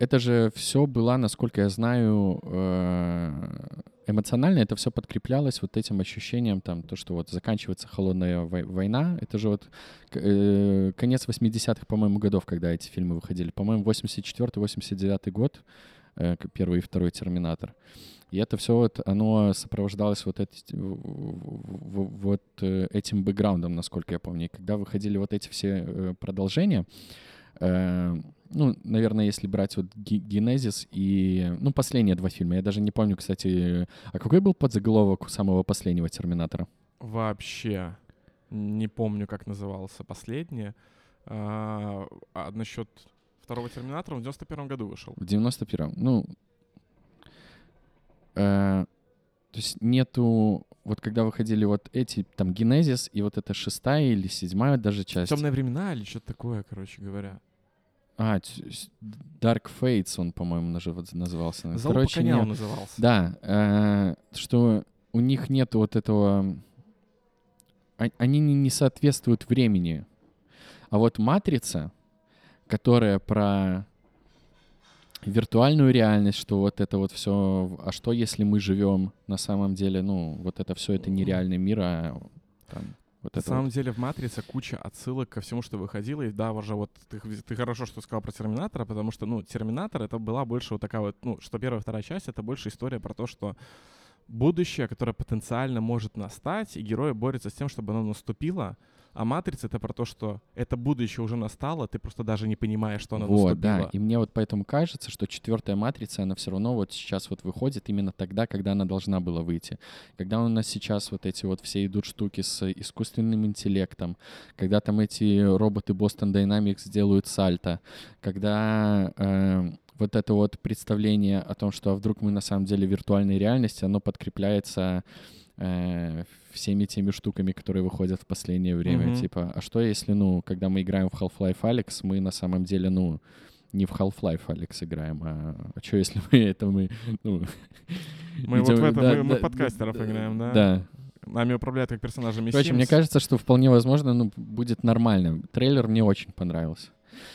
это же все было, насколько я знаю, эмоционально это все подкреплялось вот этим ощущением, там, то, что вот заканчивается холодная война. Это же вот э, конец восьмидесятых, по-моему, годов, когда эти фильмы выходили. По-моему, восемьдесят четвёртый — восемьдесят девятый год, э, первый и второй «Терминатор». И это все вот, оно сопровождалось вот, эти, вот этим бэкграундом, насколько я помню. И когда выходили вот эти все продолжения, э, ну, наверное, если брать вот «Генезис» и... Ну, последние два фильма. Я даже не помню, кстати... А какой был подзаголовок у самого последнего «Терминатора»? Вообще не помню, как назывался последний. А, а насчет второго «Терминатора» он в девяносто первом году вышел. В девяносто первом. Ну... Э, то есть нету... Вот когда выходили вот эти, там, «Генезис» и вот эта шестая или седьмая даже часть... «Темные времена» или что-то такое, короче говоря. А, Dark Fates он, по-моему, назывался. «Залог Короче, коня» не... он назывался. Да, э, что у них нет вот этого... Они не соответствуют времени. А вот «Матрица», которая про виртуальную реальность, что вот это вот все... А что, если мы живем на самом деле? Ну, вот это все это нереальный мир, а там... Вот На это самом вот. деле в «Матрице» куча отсылок ко всему, что выходило. И да, уже вот ты, ты хорошо, что сказал про «Терминатора», потому что, ну, «Терминатор» — это была больше вот такая вот, ну, что первая, вторая часть — это больше история про то, что будущее, которое потенциально может настать, и герои борются с тем, чтобы оно наступило. А «Матрица» — это про то, что это будущее уже настало, ты просто даже не понимаешь, что оно вот, наступило. Да, и мне вот поэтому кажется, что четвертая «Матрица», она все равно вот сейчас вот выходит именно тогда, когда она должна была выйти. Когда у нас сейчас вот эти вот все идут штуки с искусственным интеллектом, когда там эти роботы Boston Dynamics делают сальто, когда... Э, вот это вот представление о том, что а вдруг мы на самом деле в виртуальной реальности, оно подкрепляется э, всеми теми штуками, которые выходят в последнее время. Mm-hmm. Типа, а что если, ну, когда мы играем в Half-Life Alyx, мы на самом деле, ну, не в Half-Life Alyx играем, а, а что если мы это мы, ну... Мы идем, вот в этом, да, мы, да, мы подкастеров да, играем, да? Да. Нами управляют как персонажами Sims. Короче, мне кажется, что вполне возможно, ну, будет нормально. Трейлер мне очень понравился.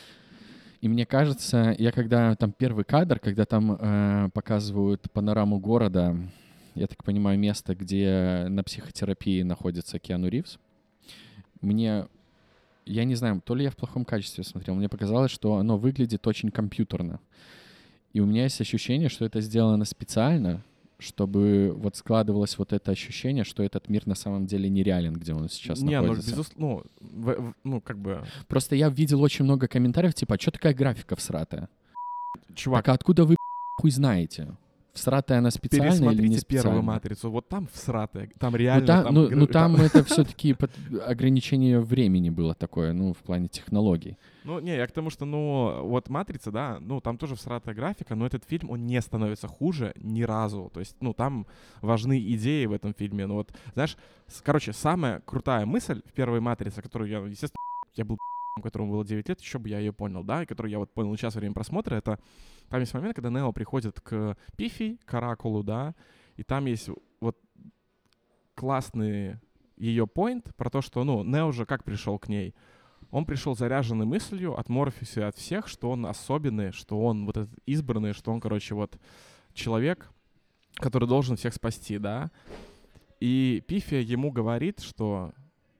И мне кажется, я когда там первый кадр, когда там э, показывают панораму города, я так понимаю, место, где на психотерапии находится Киану Ривз, мне, я не знаю, то ли я в плохом качестве смотрел, мне показалось, что оно выглядит очень компьютерно. И у меня есть ощущение, что это сделано специально, чтобы вот складывалось вот это ощущение, что этот мир на самом деле нереален, где он сейчас не, находится. Не, ну, безусловно, ну, в, в, ну, как бы... Просто я видел очень много комментариев, типа, а что такая графика всратая? Чувак... Так а откуда вы хуй знаете? Всратая она специально или не специально? Пересмотрите первую «Матрицу», вот там всратая, там реально... Ну, та, там, ну, гр... ну там это все-таки ограничение времени было такое, ну, в плане технологий. Ну, не, я к тому, что, ну, вот «Матрица», да, ну, там тоже всратая графика, но этот фильм, он не становится хуже ни разу. То есть, ну, там важны идеи в этом фильме. Ну, вот, знаешь, с, короче, самая крутая мысль в первой «Матрице», которую я, естественно, я был которому было девять лет, еще бы я ее понял, да, и которую я вот понял сейчас во время просмотра, это там есть момент, когда Нео приходит к Пифи, к Оракулу, да, и там есть вот классный ее поинт про то, что, ну, Нео же как пришел к ней? Он пришел заряженной мыслью от Морфеуса и от всех, что он особенный, что он вот этот избранный, что он, короче, вот человек, который должен всех спасти, да. И Пифия ему говорит, что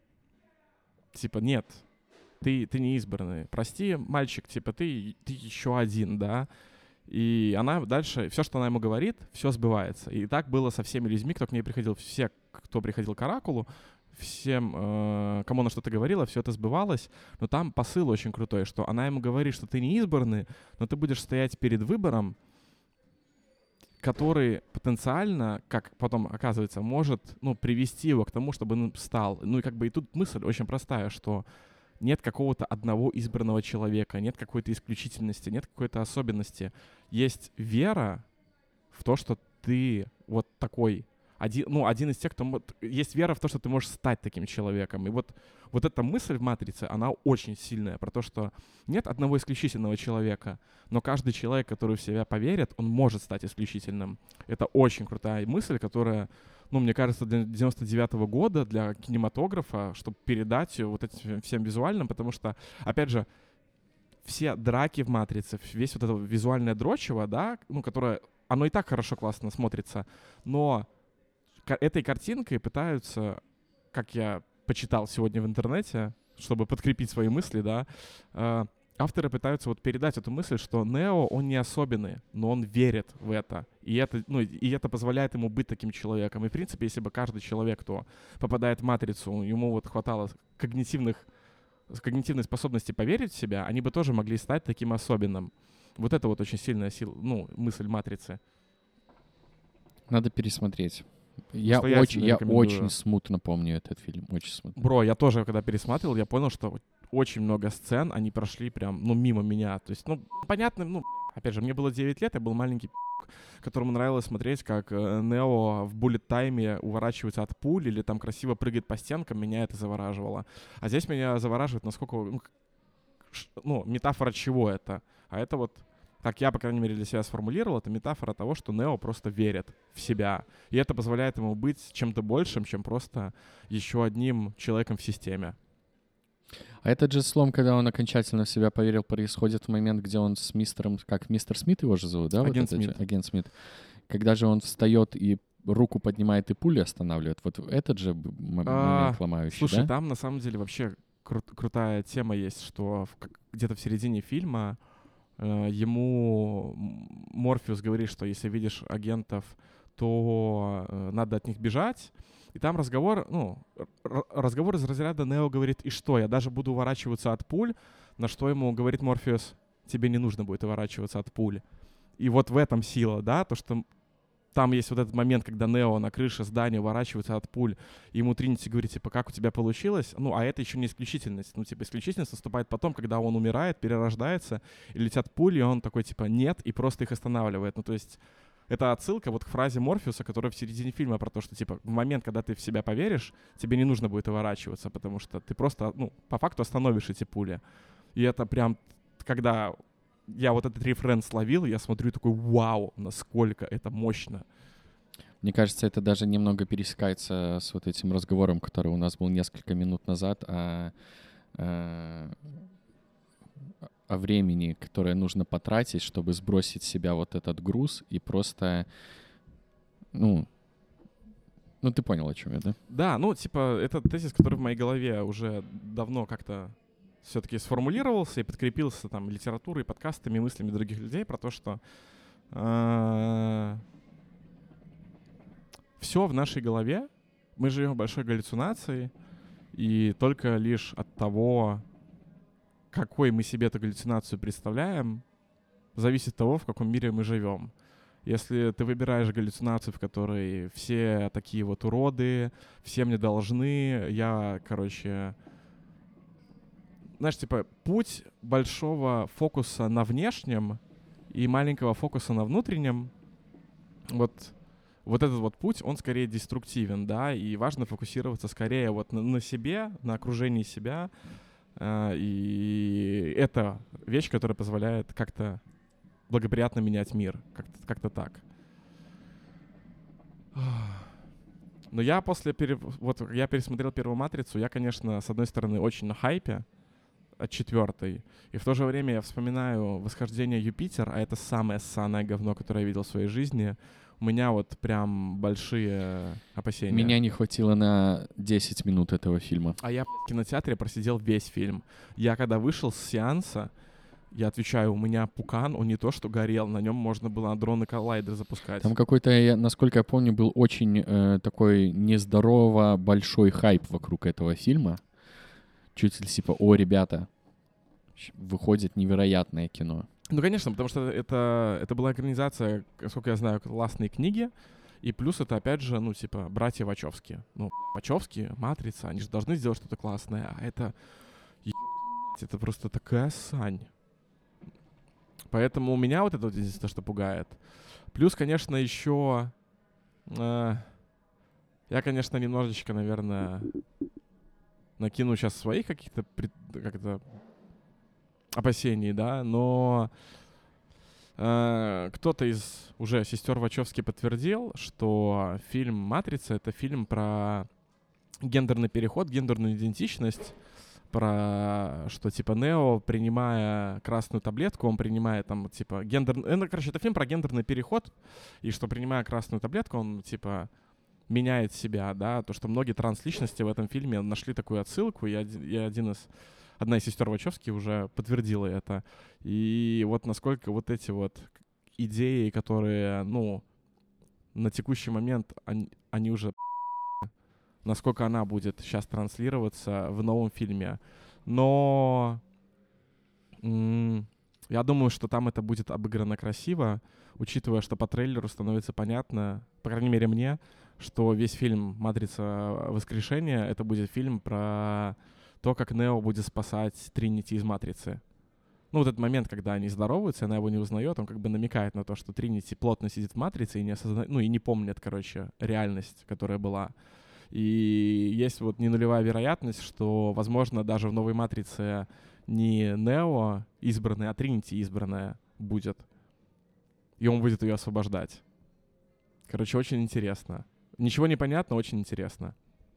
типа нет, ты, ты не избранный. Прости, мальчик, типа ты, ты еще один, да. И она дальше, все, что она ему говорит, все сбывается. И так было со всеми людьми, кто к ней приходил, все, кто приходил к Оракулу, всем, э, кому она что-то говорила, все это сбывалось. Но там посыл очень крутой, что она ему говорит, что ты не избранный, но ты будешь стоять перед выбором, который потенциально, как потом оказывается, может, ну, привести его к тому, чтобы он стал. Ну и как бы и тут мысль очень простая, что нет какого-то одного избранного человека, нет какой-то исключительности, нет какой-то особенности. Есть вера в то, что ты вот такой, один, ну, один из тех, кто... Есть вера в то, что ты можешь стать таким человеком. И вот, вот эта мысль в «Матрице», она очень сильная, про то, что нет одного исключительного человека, но каждый человек, который в себя поверит, он может стать исключительным. Это очень крутая мысль, которая... Ну, мне кажется, для девяносто девятого года, для кинематографа, чтобы передать ее вот этим всем визуальным, потому что, опять же, все драки в «Матрице», весь вот это визуальное дрочево, да, ну, которое, оно и так хорошо, классно смотрится, но к- этой картинкой пытаются, как я почитал сегодня в интернете, чтобы подкрепить свои мысли, да, э, авторы пытаются вот передать эту мысль, что Нео, он не особенный, но он верит в это. И это, ну, и это позволяет ему быть таким человеком. И, в принципе, если бы каждый человек, кто попадает в «Матрицу», ему вот хватало когнитивных, когнитивной способности поверить в себя, они бы тоже могли стать таким особенным. Вот это вот очень сильная сила, ну, мысль «Матрицы». Надо пересмотреть. Я Настоятельно очень, я рекомендую. очень смутно помню этот фильм, очень смутно. Бро, я тоже, когда пересматривал, я понял, что очень много сцен, они прошли прям, ну, мимо меня. То есть, ну, понятно, ну, опять же, мне было девять лет, я был маленький пи***, которому нравилось смотреть, как э, Нео в буллет-тайме уворачивается от пуль или там красиво прыгает по стенкам, меня это завораживало. А здесь меня завораживает, насколько, ну, ш- ну, метафора чего это? А это вот, как я, по крайней мере, для себя сформулировал, это метафора того, что Нео просто верит в себя. И это позволяет ему быть чем-то большим, чем просто еще одним человеком в системе. А этот же слом, когда он окончательно в себя поверил, происходит в момент, где он с мистером... Как, мистер Смит его же зовут, да? Вот Агент этот же? Смит. Агент Смит. Когда же он встает и руку поднимает и пули останавливает. Вот этот же б- м- А, момент ломающий, Слушай, да? там на самом деле вообще кру- крутая тема есть, что в как- где-то в середине фильма э, ему М- Морфеус говорит, что если видишь агентов, то э, надо от них бежать. И там разговор, ну, р- разговор из разряда Нео говорит, и что, я даже буду уворачиваться от пуль, на что ему говорит Морфеус, тебе не нужно будет уворачиваться от пуль. И вот в этом сила, да, то, что там есть вот этот момент, когда Нео на крыше здания уворачивается от пуль, и ему Тринити говорит, типа, как у тебя получилось? Ну, а это еще не исключительность. Ну, типа, исключительность наступает потом, когда он умирает, перерождается, и летят пули, и он такой, типа, нет, и просто их останавливает. Ну, то есть это отсылка вот к фразе Морфеуса, которая в середине фильма про то, что, типа, в момент, когда ты в себя поверишь, тебе не нужно будет уворачиваться, потому что ты просто, ну, по факту остановишь эти пули. И это прям, когда я вот этот рефрен словил, я смотрю и такой, вау, насколько это мощно. Мне кажется, это даже немного пересекается с вот этим разговором, который у нас был несколько минут назад, о, э, о времени, которое нужно потратить, чтобы сбросить с себя вот этот груз и просто, ну, ну ты понял, о чем я, да? Да, ну, типа, это тезис, который в моей голове уже давно как-то все-таки сформулировался и подкрепился там литературой, подкастами, мыслями других людей про то, что все в нашей голове, мы живем в большой галлюцинации, и только лишь от того, какой мы себе эту галлюцинацию представляем, зависит от того, в каком мире мы живем. Если ты выбираешь галлюцинацию, в которой все такие вот уроды, все мне должны, я, короче... Знаешь, типа, путь большого фокуса на внешнем и маленького фокуса на внутреннем, вот, вот этот вот путь, он скорее деструктивен, да, и важно фокусироваться скорее вот на, на себе, на окружении себя, э, и это вещь, которая позволяет как-то благоприятно менять мир, как-то, как-то так. Но я после, пере... вот я пересмотрел первую «Матрицу», я, конечно, с одной стороны, очень на хайпе от четвертой, и в то же время я вспоминаю «Восхождение Юпитер», а это самое ссаное говно, которое я видел в своей жизни. У меня вот прям большие опасения. Меня не хватило на десять минут этого фильма. А я в кинотеатре просидел весь фильм. Я когда вышел с сеанса, я отвечаю, у меня пукан, он не то что горел, на нем можно было дроны коллайдер запускать. Там какой-то, я, насколько я помню, был очень э, такой нездорово большой хайп вокруг этого фильма. Чуть ли типа, о, ребята, щ- выходит невероятное кино. Ну, конечно, потому что это, это была экранизация, насколько я знаю, классные книги, и плюс это, опять же, ну, типа, братья Вачовски. Ну, Вачовски, «Матрица», они же должны сделать что-то классное, а это, е***ть, это просто такая сань. Поэтому меня вот это вот единственное, что пугает. Плюс, конечно, еще... Э, я, конечно, немножечко, наверное, накину сейчас своих каких-то как-то опасений, да, но э, кто-то из уже сестер Вачовски подтвердил, что фильм «Матрица» — это фильм про гендерный переход, гендерную идентичность, про что, типа, Нео, принимая красную таблетку, он принимает там, типа, гендер... Ну, короче, это фильм про гендерный переход, и что, принимая красную таблетку, он, типа, меняет себя, да, то, что многие трансличности в этом фильме нашли такую отсылку, и один, и один из... Одна из сестер Вачовски уже подтвердила это. И вот насколько вот эти вот идеи, которые, ну, на текущий момент, они, они уже... насколько она будет сейчас транслироваться в новом фильме. Но м- я думаю, что там это будет обыграно красиво, учитывая, что по трейлеру становится понятно, по крайней мере мне, что весь фильм «Матрица. Воскрешение» — это будет фильм про то, как Нео будет спасать Тринити из «Матрицы». Ну, вот этот момент, когда они здороваются, она его не узнает, он как бы намекает на то, что Тринити плотно сидит в «Матрице» и не осознает, ну, и не помнит, короче, реальность, которая была. И есть вот не нулевая вероятность, что, возможно, даже в новой «Матрице» не Нео избранная, а Тринити избранная будет. И он будет ее освобождать. Короче, очень интересно. Ничего не понятно, очень интересно.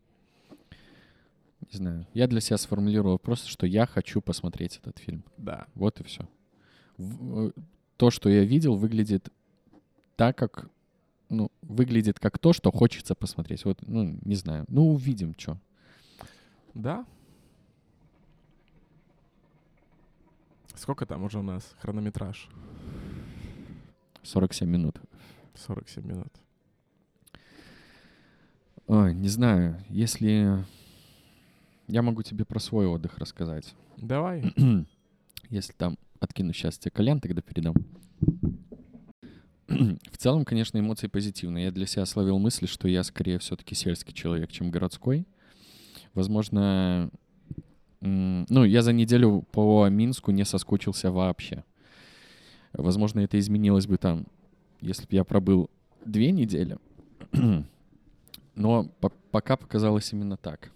Не знаю. Я для себя сформулировал просто, что я хочу посмотреть этот фильм. Да. Вот и все. В, то, что я видел, выглядит так, как... Ну, выглядит как то, что хочется посмотреть. Вот, ну, не знаю. Ну, увидим, что. Да. Сколько там уже у нас хронометраж? сорок семь минут. сорок семь минут. Ой, не знаю. Если... Я могу тебе про свой отдых рассказать. Давай. Если там откину сейчас тебе колен, тогда передам. В целом, конечно, эмоции позитивные. Я для себя словил мысль, что я скорее все-таки сельский человек, чем городской. Возможно, м- ну, я за неделю по Минску не соскучился вообще. Возможно, это изменилось бы там, если бы я пробыл две недели. Но по- пока показалось именно так.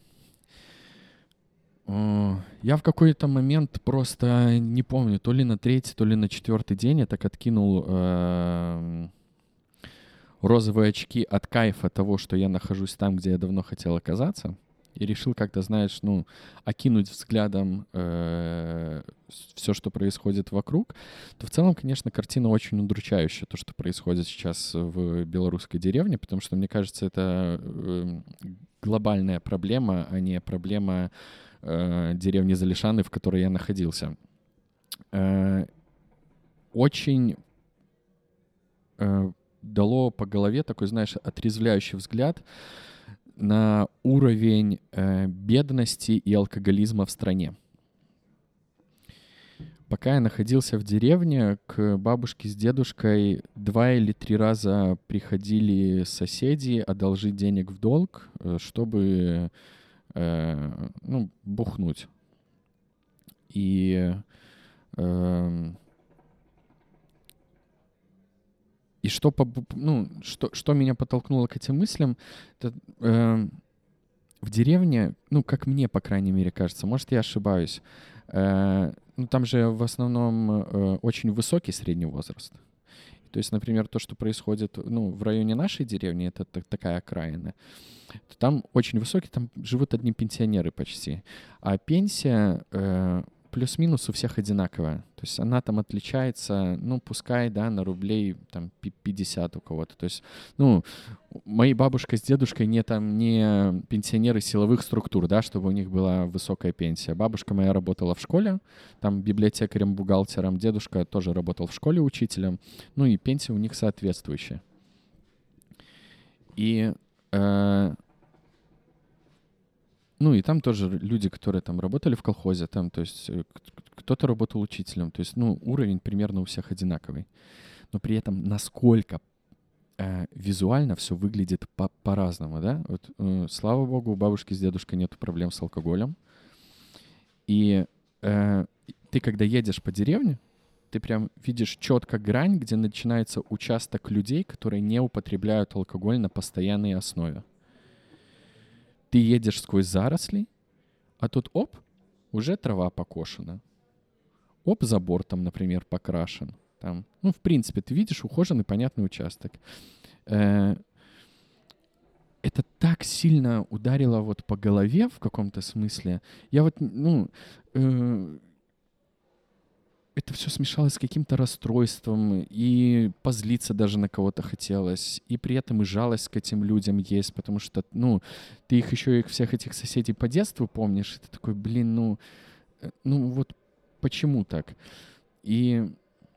Я в какой-то момент просто не помню, то ли на третий, то ли на четвертый день я так откинул э, розовые очки от кайфа того, что я нахожусь там, где я давно хотел оказаться, и решил как-то, знаешь, ну, окинуть взглядом э, все, что происходит вокруг, то в целом, конечно, картина очень удручающая, то, что происходит сейчас в белорусской деревне, потому что, мне кажется, это э, глобальная проблема, а не проблема деревни Залишаны, в которой я находился. Э, очень э, дало по голове такой, знаешь, отрезвляющий взгляд на уровень э, бедности и алкоголизма в стране. Пока я находился в деревне, к бабушке с дедушкой два или три раза приходили соседи одолжить денег в долг, чтобы Э, ну, бухнуть. И, э, и что, по, ну, что, что меня подтолкнуло к этим мыслям, это, э, в деревне, ну, как мне, по крайней мере, кажется, может, я ошибаюсь, э, ну, там же в основном э, очень высокий средний возраст. То есть, например, то, что происходит, ну, в районе нашей деревни, это так, такая окраина, там очень высокий, там живут одни пенсионеры почти. А пенсия э, плюс-минус у всех одинаковая. То есть она там отличается, ну, пускай, да, на рублей там пятьдесят у кого-то. То есть, ну, мои бабушка с дедушкой не там не пенсионеры силовых структур, да, чтобы у них была высокая пенсия. Бабушка моя работала в школе, там библиотекарем, бухгалтером. Дедушка тоже работал в школе учителем. Ну и пенсия у них соответствующая. И э, ну, и там тоже люди, которые там работали в колхозе, там, то есть кто-то работал учителем, то есть, ну, уровень примерно у всех одинаковый. Но при этом насколько э, визуально все выглядит по- по-разному, да? Вот, э, слава богу, у бабушки с дедушкой нет проблем с алкоголем. И э, ты, когда едешь по деревне, ты прям видишь четко грань, где начинается участок людей, которые не употребляют алкоголь на постоянной основе. Ты едешь сквозь заросли, а тут, оп, уже трава покошена. Оп, забор там, например, покрашен. Там, ну, в принципе, ты видишь ухоженный, понятный участок. Э, это так сильно ударило вот по голове в каком-то смысле. Я вот, ну, э, это все смешалось с каким-то расстройством, и позлиться даже на кого-то хотелось, и при этом и жалость к этим людям есть, потому что, ну, ты их еще, их всех этих соседей по детству помнишь, и ты такой, блин, ну, э, ну вот почему так? И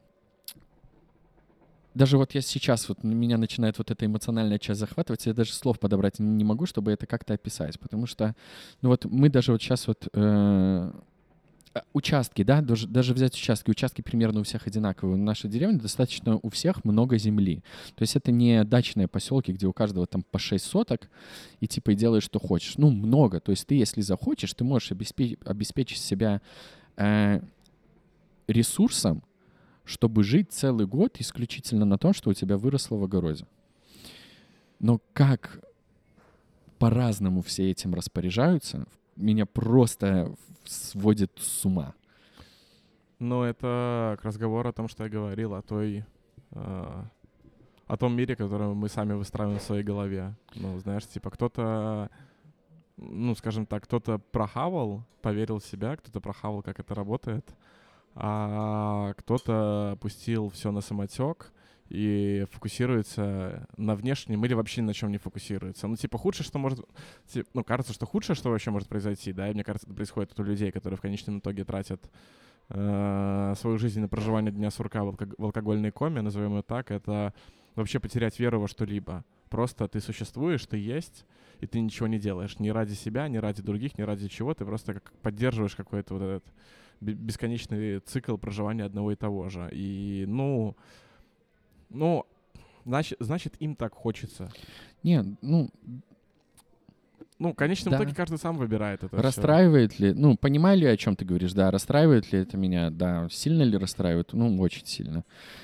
даже вот я сейчас, вот меня начинает вот эта эмоциональная часть захватывать, я даже слов подобрать не могу, чтобы это как-то описать, потому что, ну вот мы даже вот сейчас вот... Э, участки, да, даже, даже взять участки, участки примерно у всех одинаковые. В нашей деревне достаточно у всех много земли. То есть это не дачные поселки, где у каждого там по шесть соток, и типа и делаешь, что хочешь. Ну, много. То есть ты, если захочешь, ты можешь обеспечить, обеспечить себя э, ресурсом, чтобы жить целый год исключительно на том, что у тебя выросло в огороде. Но как по-разному все этим распоряжаются, меня просто сводит с ума. Ну, это к разговору о том, что я говорил, о той... Э, о том мире, который мы сами выстраиваем в своей голове. Ну, знаешь, типа кто-то... Ну, скажем так, кто-то прохавал, поверил в себя, кто-то прохавал, как это работает, а кто-то пустил все на самотек и фокусируется на внешнем или вообще ни на чем не фокусируется. Ну, типа, худшее, что может... Типа, ну, кажется, что худшее, что вообще может произойти, да, и мне кажется, это происходит у людей, которые в конечном итоге тратят э, свою жизнь на проживание дня сурка в, алког... в алкогольной коме, назовем ее так, это вообще потерять веру во что-либо. Просто ты существуешь, ты есть, и ты ничего не делаешь. Ни ради себя, ни ради других, ни ради чего. Ты просто как поддерживаешь какой-то вот этот бесконечный цикл проживания одного и того же. И, ну... Ну, значит, значит, им так хочется. Не, ну... Ну, в конечном да. итоге каждый сам выбирает это. Расстраивает всё. ли... Ну, понимаю ли, о чем ты говоришь? Да, расстраивает ли это меня? Да. Сильно ли расстраивает? Ну, очень сильно.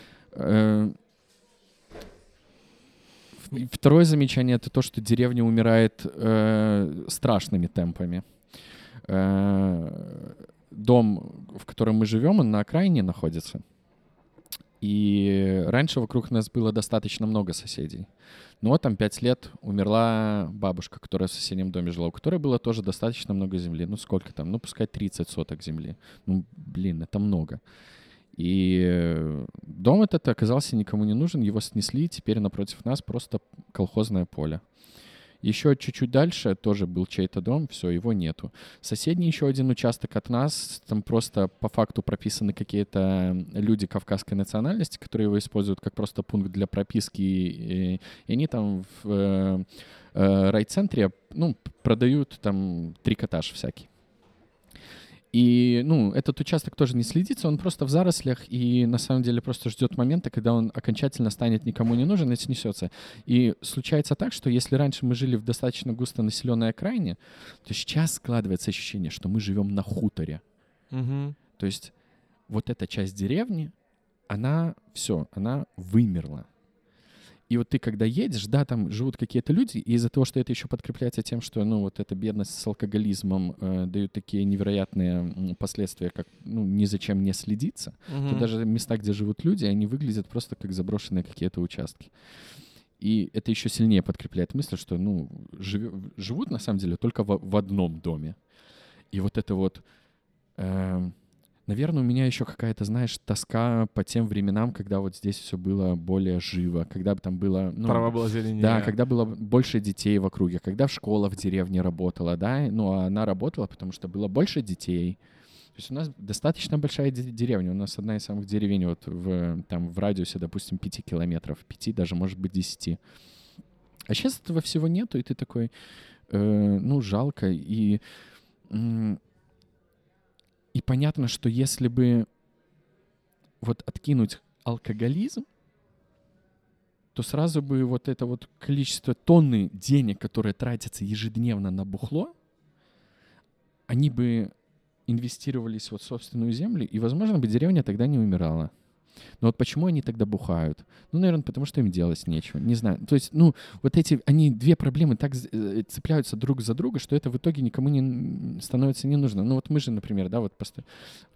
Второе замечание — это то, что деревня умирает э, страшными темпами. Э, дом, в котором мы живем, он на окраине находится. И раньше вокруг нас было достаточно много соседей. Но вот там пять лет умерла бабушка, которая в соседнем доме жила, у которой было тоже достаточно много земли. Ну, сколько там? Ну, пускай тридцать соток земли. Ну, блин, это много. И дом этот оказался никому не нужен, его снесли, теперь напротив нас просто колхозное поле. Еще чуть-чуть дальше тоже был чей-то дом, все, его нету. Соседний еще один участок от нас, там просто по факту прописаны какие-то люди кавказской национальности, которые его используют как просто пункт для прописки, и, и они там в э, э, райцентре, ну, продают там трикотаж всякий. И, ну, этот участок тоже не следится, он просто в зарослях и на самом деле просто ждет момента, когда он окончательно станет никому не нужен и снесется. И случается так, что если раньше мы жили в достаточно густонаселенной окраине, то сейчас складывается ощущение, что мы живем на хуторе. Угу. То есть вот эта часть деревни, она все, она вымерла. И вот ты, когда едешь, да, там живут какие-то люди, и из-за того, что это еще подкрепляется тем, что, ну, вот эта бедность с алкоголизмом э, дают такие невероятные последствия, как, ну, ни за чем не следиться, Mm-hmm. то даже места, где живут люди, они выглядят просто как заброшенные какие-то участки. И это еще сильнее подкрепляет мысль, что, ну, жив... живут, на самом деле, только в, в одном доме. И вот это вот... Э, Наверное, у меня еще какая-то, знаешь, тоска по тем временам, когда вот здесь все было более живо, когда бы там было... Ну, трава была зеленее. Да, когда было больше детей в округе, когда школа в деревне работала, да, ну, а она работала, потому что было больше детей. То есть у нас достаточно большая деревня, у нас одна из самых деревень вот в, там, в радиусе, допустим, пяти километров, пяти, даже, может быть, десяти. А сейчас этого всего нету, и ты такой, э, ну, жалко, и... М- И понятно, что если бы вот откинуть алкоголизм, то сразу бы вот это вот количество тонны денег, которые тратятся ежедневно на бухло, они бы инвестировались вот в собственную землю, и, возможно, бы деревня тогда не умирала. Но вот почему они тогда бухают? Ну, наверное, потому что им делать нечего. Не знаю. То есть, ну, вот эти, они, две проблемы так цепляются друг за друга, что это в итоге никому не становится не нужно. Ну, вот мы же, например, да, вот просто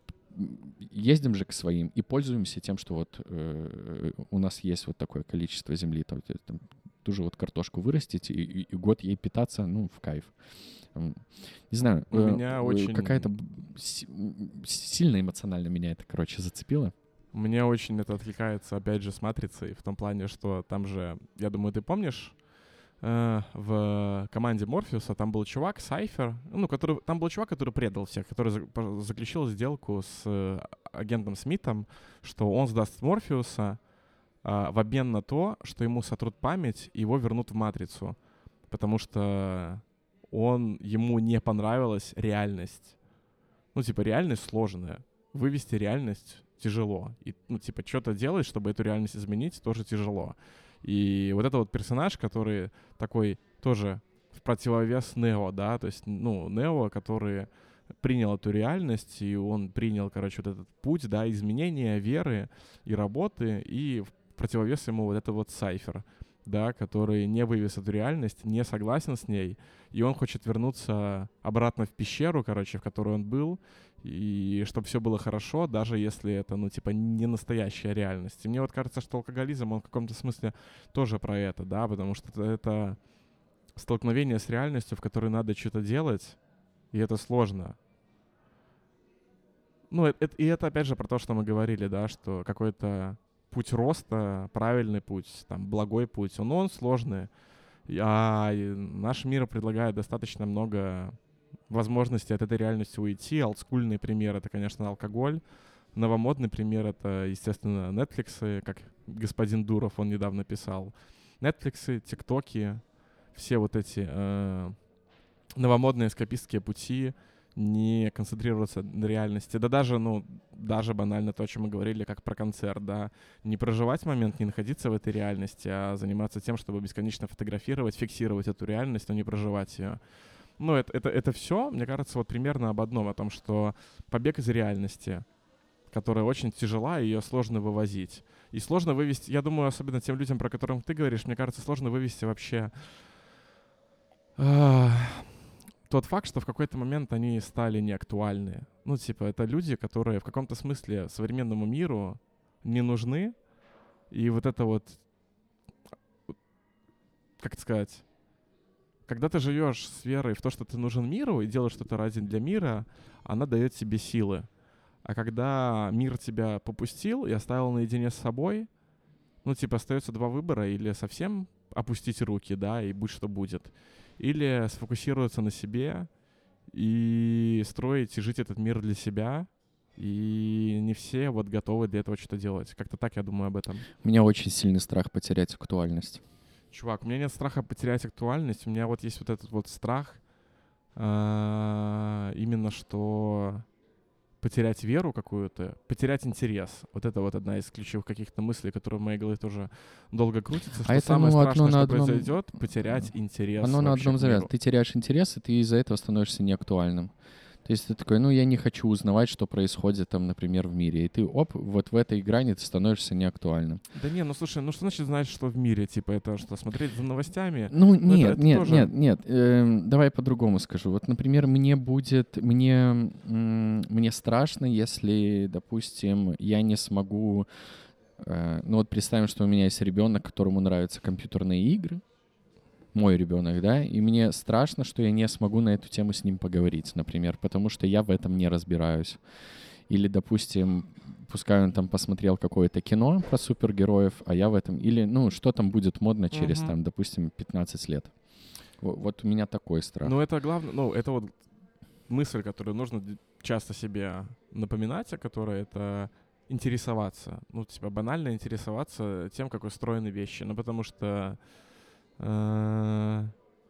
ездим же к своим и пользуемся тем, что вот э, у нас есть вот такое количество земли. Там, там, ту же вот картошку вырастить и, и, и год ей питаться, ну, в кайф. Не знаю, У э, меня э, очень... какая-то си- сильно эмоционально меня это, короче, зацепило. Мне очень это откликается, опять же, с «Матрицей», в том плане, что там же, я думаю, ты помнишь, э, в команде Морфеуса там был чувак, Сайфер, ну, который, там был чувак, который предал всех, который за, заключил сделку с э, агентом Смитом, что он сдаст Морфеуса э, в обмен на то, что ему сотрут память и его вернут в «Матрицу», потому что он, ему не понравилась реальность. Ну, типа, реальность сложная. Вывести реальность тяжело. И, ну, типа, что-то делать, чтобы эту реальность изменить, тоже тяжело. И вот это вот персонаж, который такой тоже в противовес Нео, да, то есть, ну, Нео, который принял эту реальность, и он принял, короче, вот этот путь, да, изменения веры и работы, и в противовес ему вот это вот Сайфер, да, который не вывез эту реальность, не согласен с ней, и он хочет вернуться обратно в пещеру, короче, в которой он был, и чтобы все было хорошо, даже если это, ну, типа, не настоящая реальность. И мне вот кажется, что алкоголизм, он в каком-то смысле тоже про это, да, потому что это, это столкновение с реальностью, в которой надо что-то делать, и это сложно. Ну, это, это, и это, опять же, про то, что мы говорили, да, что какой-то путь роста, правильный путь, там, благой путь, он, он сложный, а наш мир предлагает достаточно много возможности от этой реальности уйти. Олдскульный пример — это, конечно, алкоголь. Новомодный пример — это, естественно, Netflix, как господин Дуров, он недавно писал. Netflix, ТикТоки, все вот эти э, новомодные эскапистские пути, не концентрироваться на реальности. Да даже, ну, даже банально то, о чем мы говорили, как про концерт, да. Не проживать момент, не находиться в этой реальности, а заниматься тем, чтобы бесконечно фотографировать, фиксировать эту реальность, но не проживать ее. Ну, это, это, это все, мне кажется, вот примерно об одном, о том, что побег из реальности, которая очень тяжела, и ее сложно вывозить. И сложно вывести, я думаю, особенно тем людям, про которых ты говоришь, мне кажется, сложно вывести вообще э, тот факт, что в какой-то момент они стали неактуальны. Ну, типа, это люди, которые в каком-то смысле современному миру не нужны, и вот это вот, как это сказать, когда ты живешь с верой в то, что ты нужен миру и делаешь что-то ради для мира, она дает тебе силы. А когда мир тебя попустил и оставил наедине с собой, ну, типа, остается два выбора: или совсем опустить руки, да, и будь что будет, или сфокусироваться на себе и строить и жить этот мир для себя. И не все вот готовы для этого что-то делать. Как-то так я думаю об этом. У меня очень сильный страх потерять актуальность. Чувак, у меня нет страха потерять актуальность. У меня вот есть вот этот вот страх, а, именно что потерять веру какую-то, потерять интерес. Вот это вот одна из ключевых каких-то мыслей, которые в моей голове тоже долго крутится. Что А это, самое ну, страшное, одно на что одном- произойдет, потерять интерес. Оно на вообще одном к завязано. миру. Ты теряешь интерес, и ты из-за этого становишься неактуальным. То есть ты такой, ну, я не хочу узнавать, что происходит там, например, в мире. И ты, оп, вот в этой грани ты становишься неактуальным. Да не, ну слушай, ну что значит знать, что в мире? Типа это что, смотреть за новостями? Ну, это- нет, это нет, тоже- нет, нет. эм, давай по-другому скажу. Вот, например, мне будет, мне, м, мне страшно, если, допустим, я не смогу... э, ну вот представим, что у меня есть ребенок, которому нравятся компьютерные игры, мой ребенок, да, и мне страшно, что я не смогу на эту тему с ним поговорить, например, потому что я в этом не разбираюсь. Или, допустим, пускай он там посмотрел какое-то кино про супергероев, а я в этом... Или, ну, что там будет модно через, Мгм. там, допустим, пятнадцать лет. Во- Вот у меня такой страх. Ну это главное, ну это вот мысль, которую нужно д- часто себе напоминать, о которой это интересоваться. Ну, типа банально интересоваться тем, как устроены вещи. Ну, потому что э,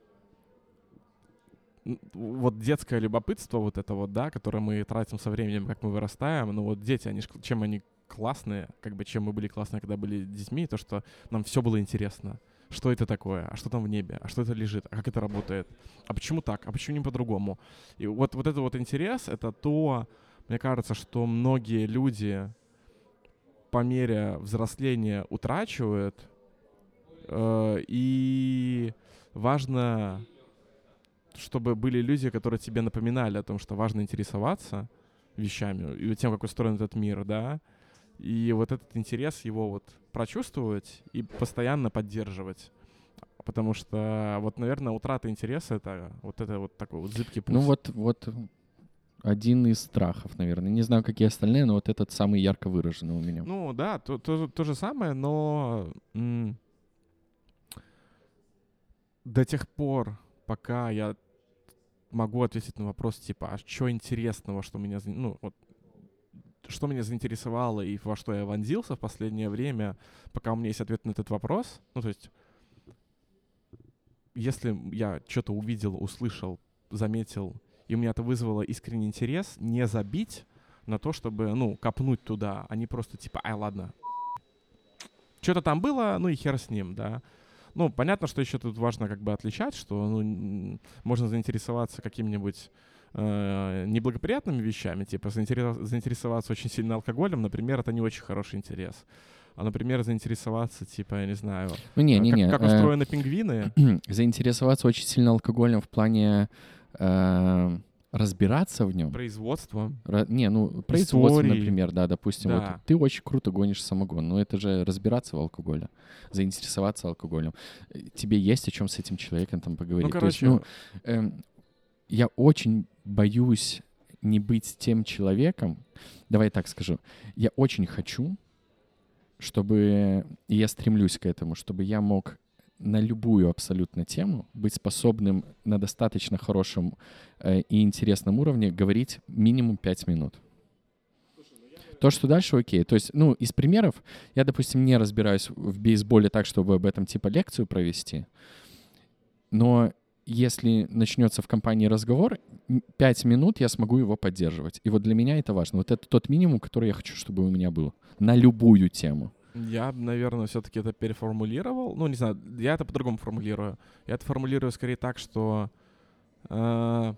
н- вот детское любопытство, вот это вот, да, которое мы тратим со временем, как мы вырастаем, ну вот дети, они ж к- чем они классные, как бы чем мы были классные, когда были детьми, то, что нам все было интересно. Что это такое? А что там в небе? А что это лежит? А как это работает? А почему так? А почему не по-другому? И вот, вот этот вот интерес — это то, мне кажется, что многие люди по мере взросления утрачивают. Э, и важно, чтобы были люди, которые тебе напоминали о том, что важно интересоваться вещами и тем, как устроен этот мир, да, и вот этот интерес его вот прочувствовать и постоянно поддерживать. Потому что, вот, наверное, утрата интереса — это вот это вот такой вот зыбкий путь. Ну вот, вот один из страхов, наверное. Не знаю, какие остальные, но вот этот самый ярко выраженный у меня. Ну да, то, то, то же самое, но м- до тех пор, пока я могу ответить на вопрос типа, а что интересного, что меня, за- ну вот, что меня заинтересовало и во что я вонзился в последнее время, пока у меня есть ответ на этот вопрос, ну то есть, если я что-то увидел, услышал, заметил, и у меня это вызвало искренний интерес, не забить на то, чтобы, ну, копнуть туда, а не просто типа, ай, ладно, что-то там было, ну и хер с ним, да. Ну, понятно, что еще тут важно как бы отличать, что ну, н- можно заинтересоваться каким-нибудь э, неблагоприятными вещами, типа заинтерес- заинтересоваться очень сильно алкоголем, например, это не очень хороший интерес. А, например, заинтересоваться, типа, я не знаю, Ну, не, э, не, как, не. как э, устроены пингвины. Заинтересоваться очень сильно алкоголем в плане э, разбираться в нем. Производство. Ра- Не, ну, производство, Истории. например, да, допустим, Да. вот ты очень круто гонишь самогон, но это же разбираться в алкоголе, заинтересоваться алкоголем. Э, Тебе есть о чем с этим человеком там поговорить. Ну, То есть, короче, ну, эм, я очень боюсь не быть тем человеком, давай так скажу, я очень хочу, чтобы, и я стремлюсь к этому, чтобы я мог на любую абсолютно тему быть способным на достаточно хорошем э, и интересном уровне говорить минимум пять минут. То, что дальше, окей. То есть, ну, из примеров, я, допустим, не разбираюсь в бейсболе так, чтобы об этом типа лекцию провести, но если начнется в компании разговор, м, пять минут я смогу его поддерживать. И вот для меня это важно. Вот это тот минимум, который я хочу, чтобы у меня был. На любую тему. я, наверное, все-таки это переформулировал. Ну, не знаю, я это по-другому формулирую. Я это формулирую скорее так, что э,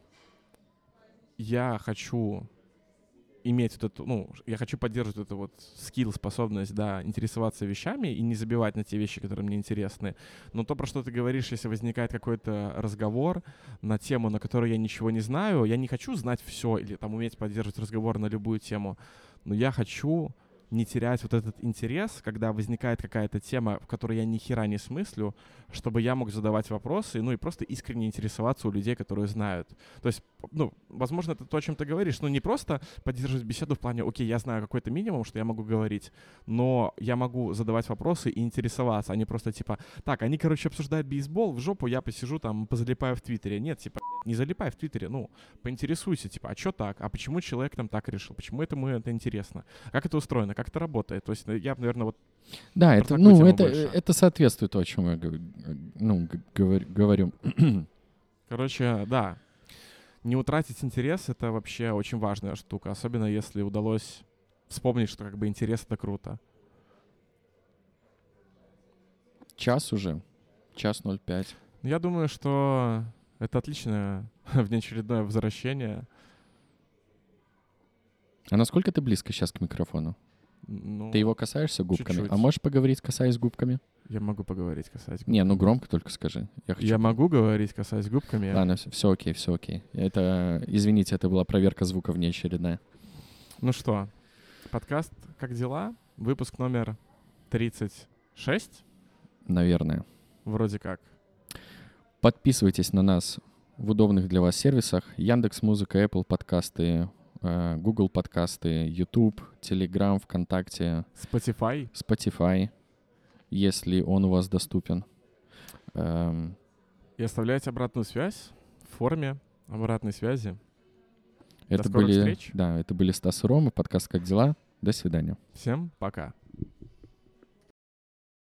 я хочу иметь вот эту, ну, я хочу поддерживать эту вот скилл, способность, да, интересоваться вещами и не забивать на те вещи, которые мне интересны. Но то, про что ты говоришь, если возникает какой-то разговор на тему, на которую я ничего не знаю, я не хочу знать все или там уметь поддерживать разговор на любую тему, но я хочу не терять вот этот интерес, когда возникает какая-то тема, в которой я ни хера не смыслю, чтобы я мог задавать вопросы, ну и просто искренне интересоваться у людей, которые знают. То есть, ну, возможно, это то, о чем ты говоришь, но не просто поддерживать беседу в плане, окей, я знаю какой-то минимум, что я могу говорить, но я могу задавать вопросы и интересоваться, а не просто типа, так, они, короче, обсуждают бейсбол, в жопу я посижу там, позалипаю в Твиттере. Нет, типа, не залипай в Твиттере, ну, поинтересуйся, типа, а что так? А почему человек там так решил? Почему этому это интересно? Как это устроено? Как это работает? То есть я, наверное, вот Да, про это, такую ну, тему это, больше. это соответствует то, о чем я гов- ну, г- говор- говорю. Короче, да, не утратить интерес — это вообще очень важная штука, особенно если удалось вспомнить, что как бы интерес — это круто. Час уже. Час ноль пять. Я думаю, что это отличное внеочередное возвращение. А насколько ты близко сейчас к микрофону? Ну, Ты его касаешься губками? чуть-чуть. А можешь поговорить, касаясь губками? я могу поговорить, касаясь Не, ну губками. громко только скажи. Я, хочу... Я могу говорить, касаясь губками. Ладно, все окей, все окей. Это, извините, это была проверка звука внеочередная. Ну что, подкаст «Как дела?» Выпуск номер тридцать шесть, Наверное. вроде как. Подписывайтесь на нас в удобных для вас сервисах. Яндекс.Музыка, Apple подкасты, э, Google подкасты, YouTube, Telegram, ВКонтакте, Spotify. Spotify, если он у вас доступен. Эм, И оставляйте обратную связь в форме обратной связи. Это скорых были, встреч. да, это были Стас и Рома, подкаст «Как дела?». До свидания. Всем пока.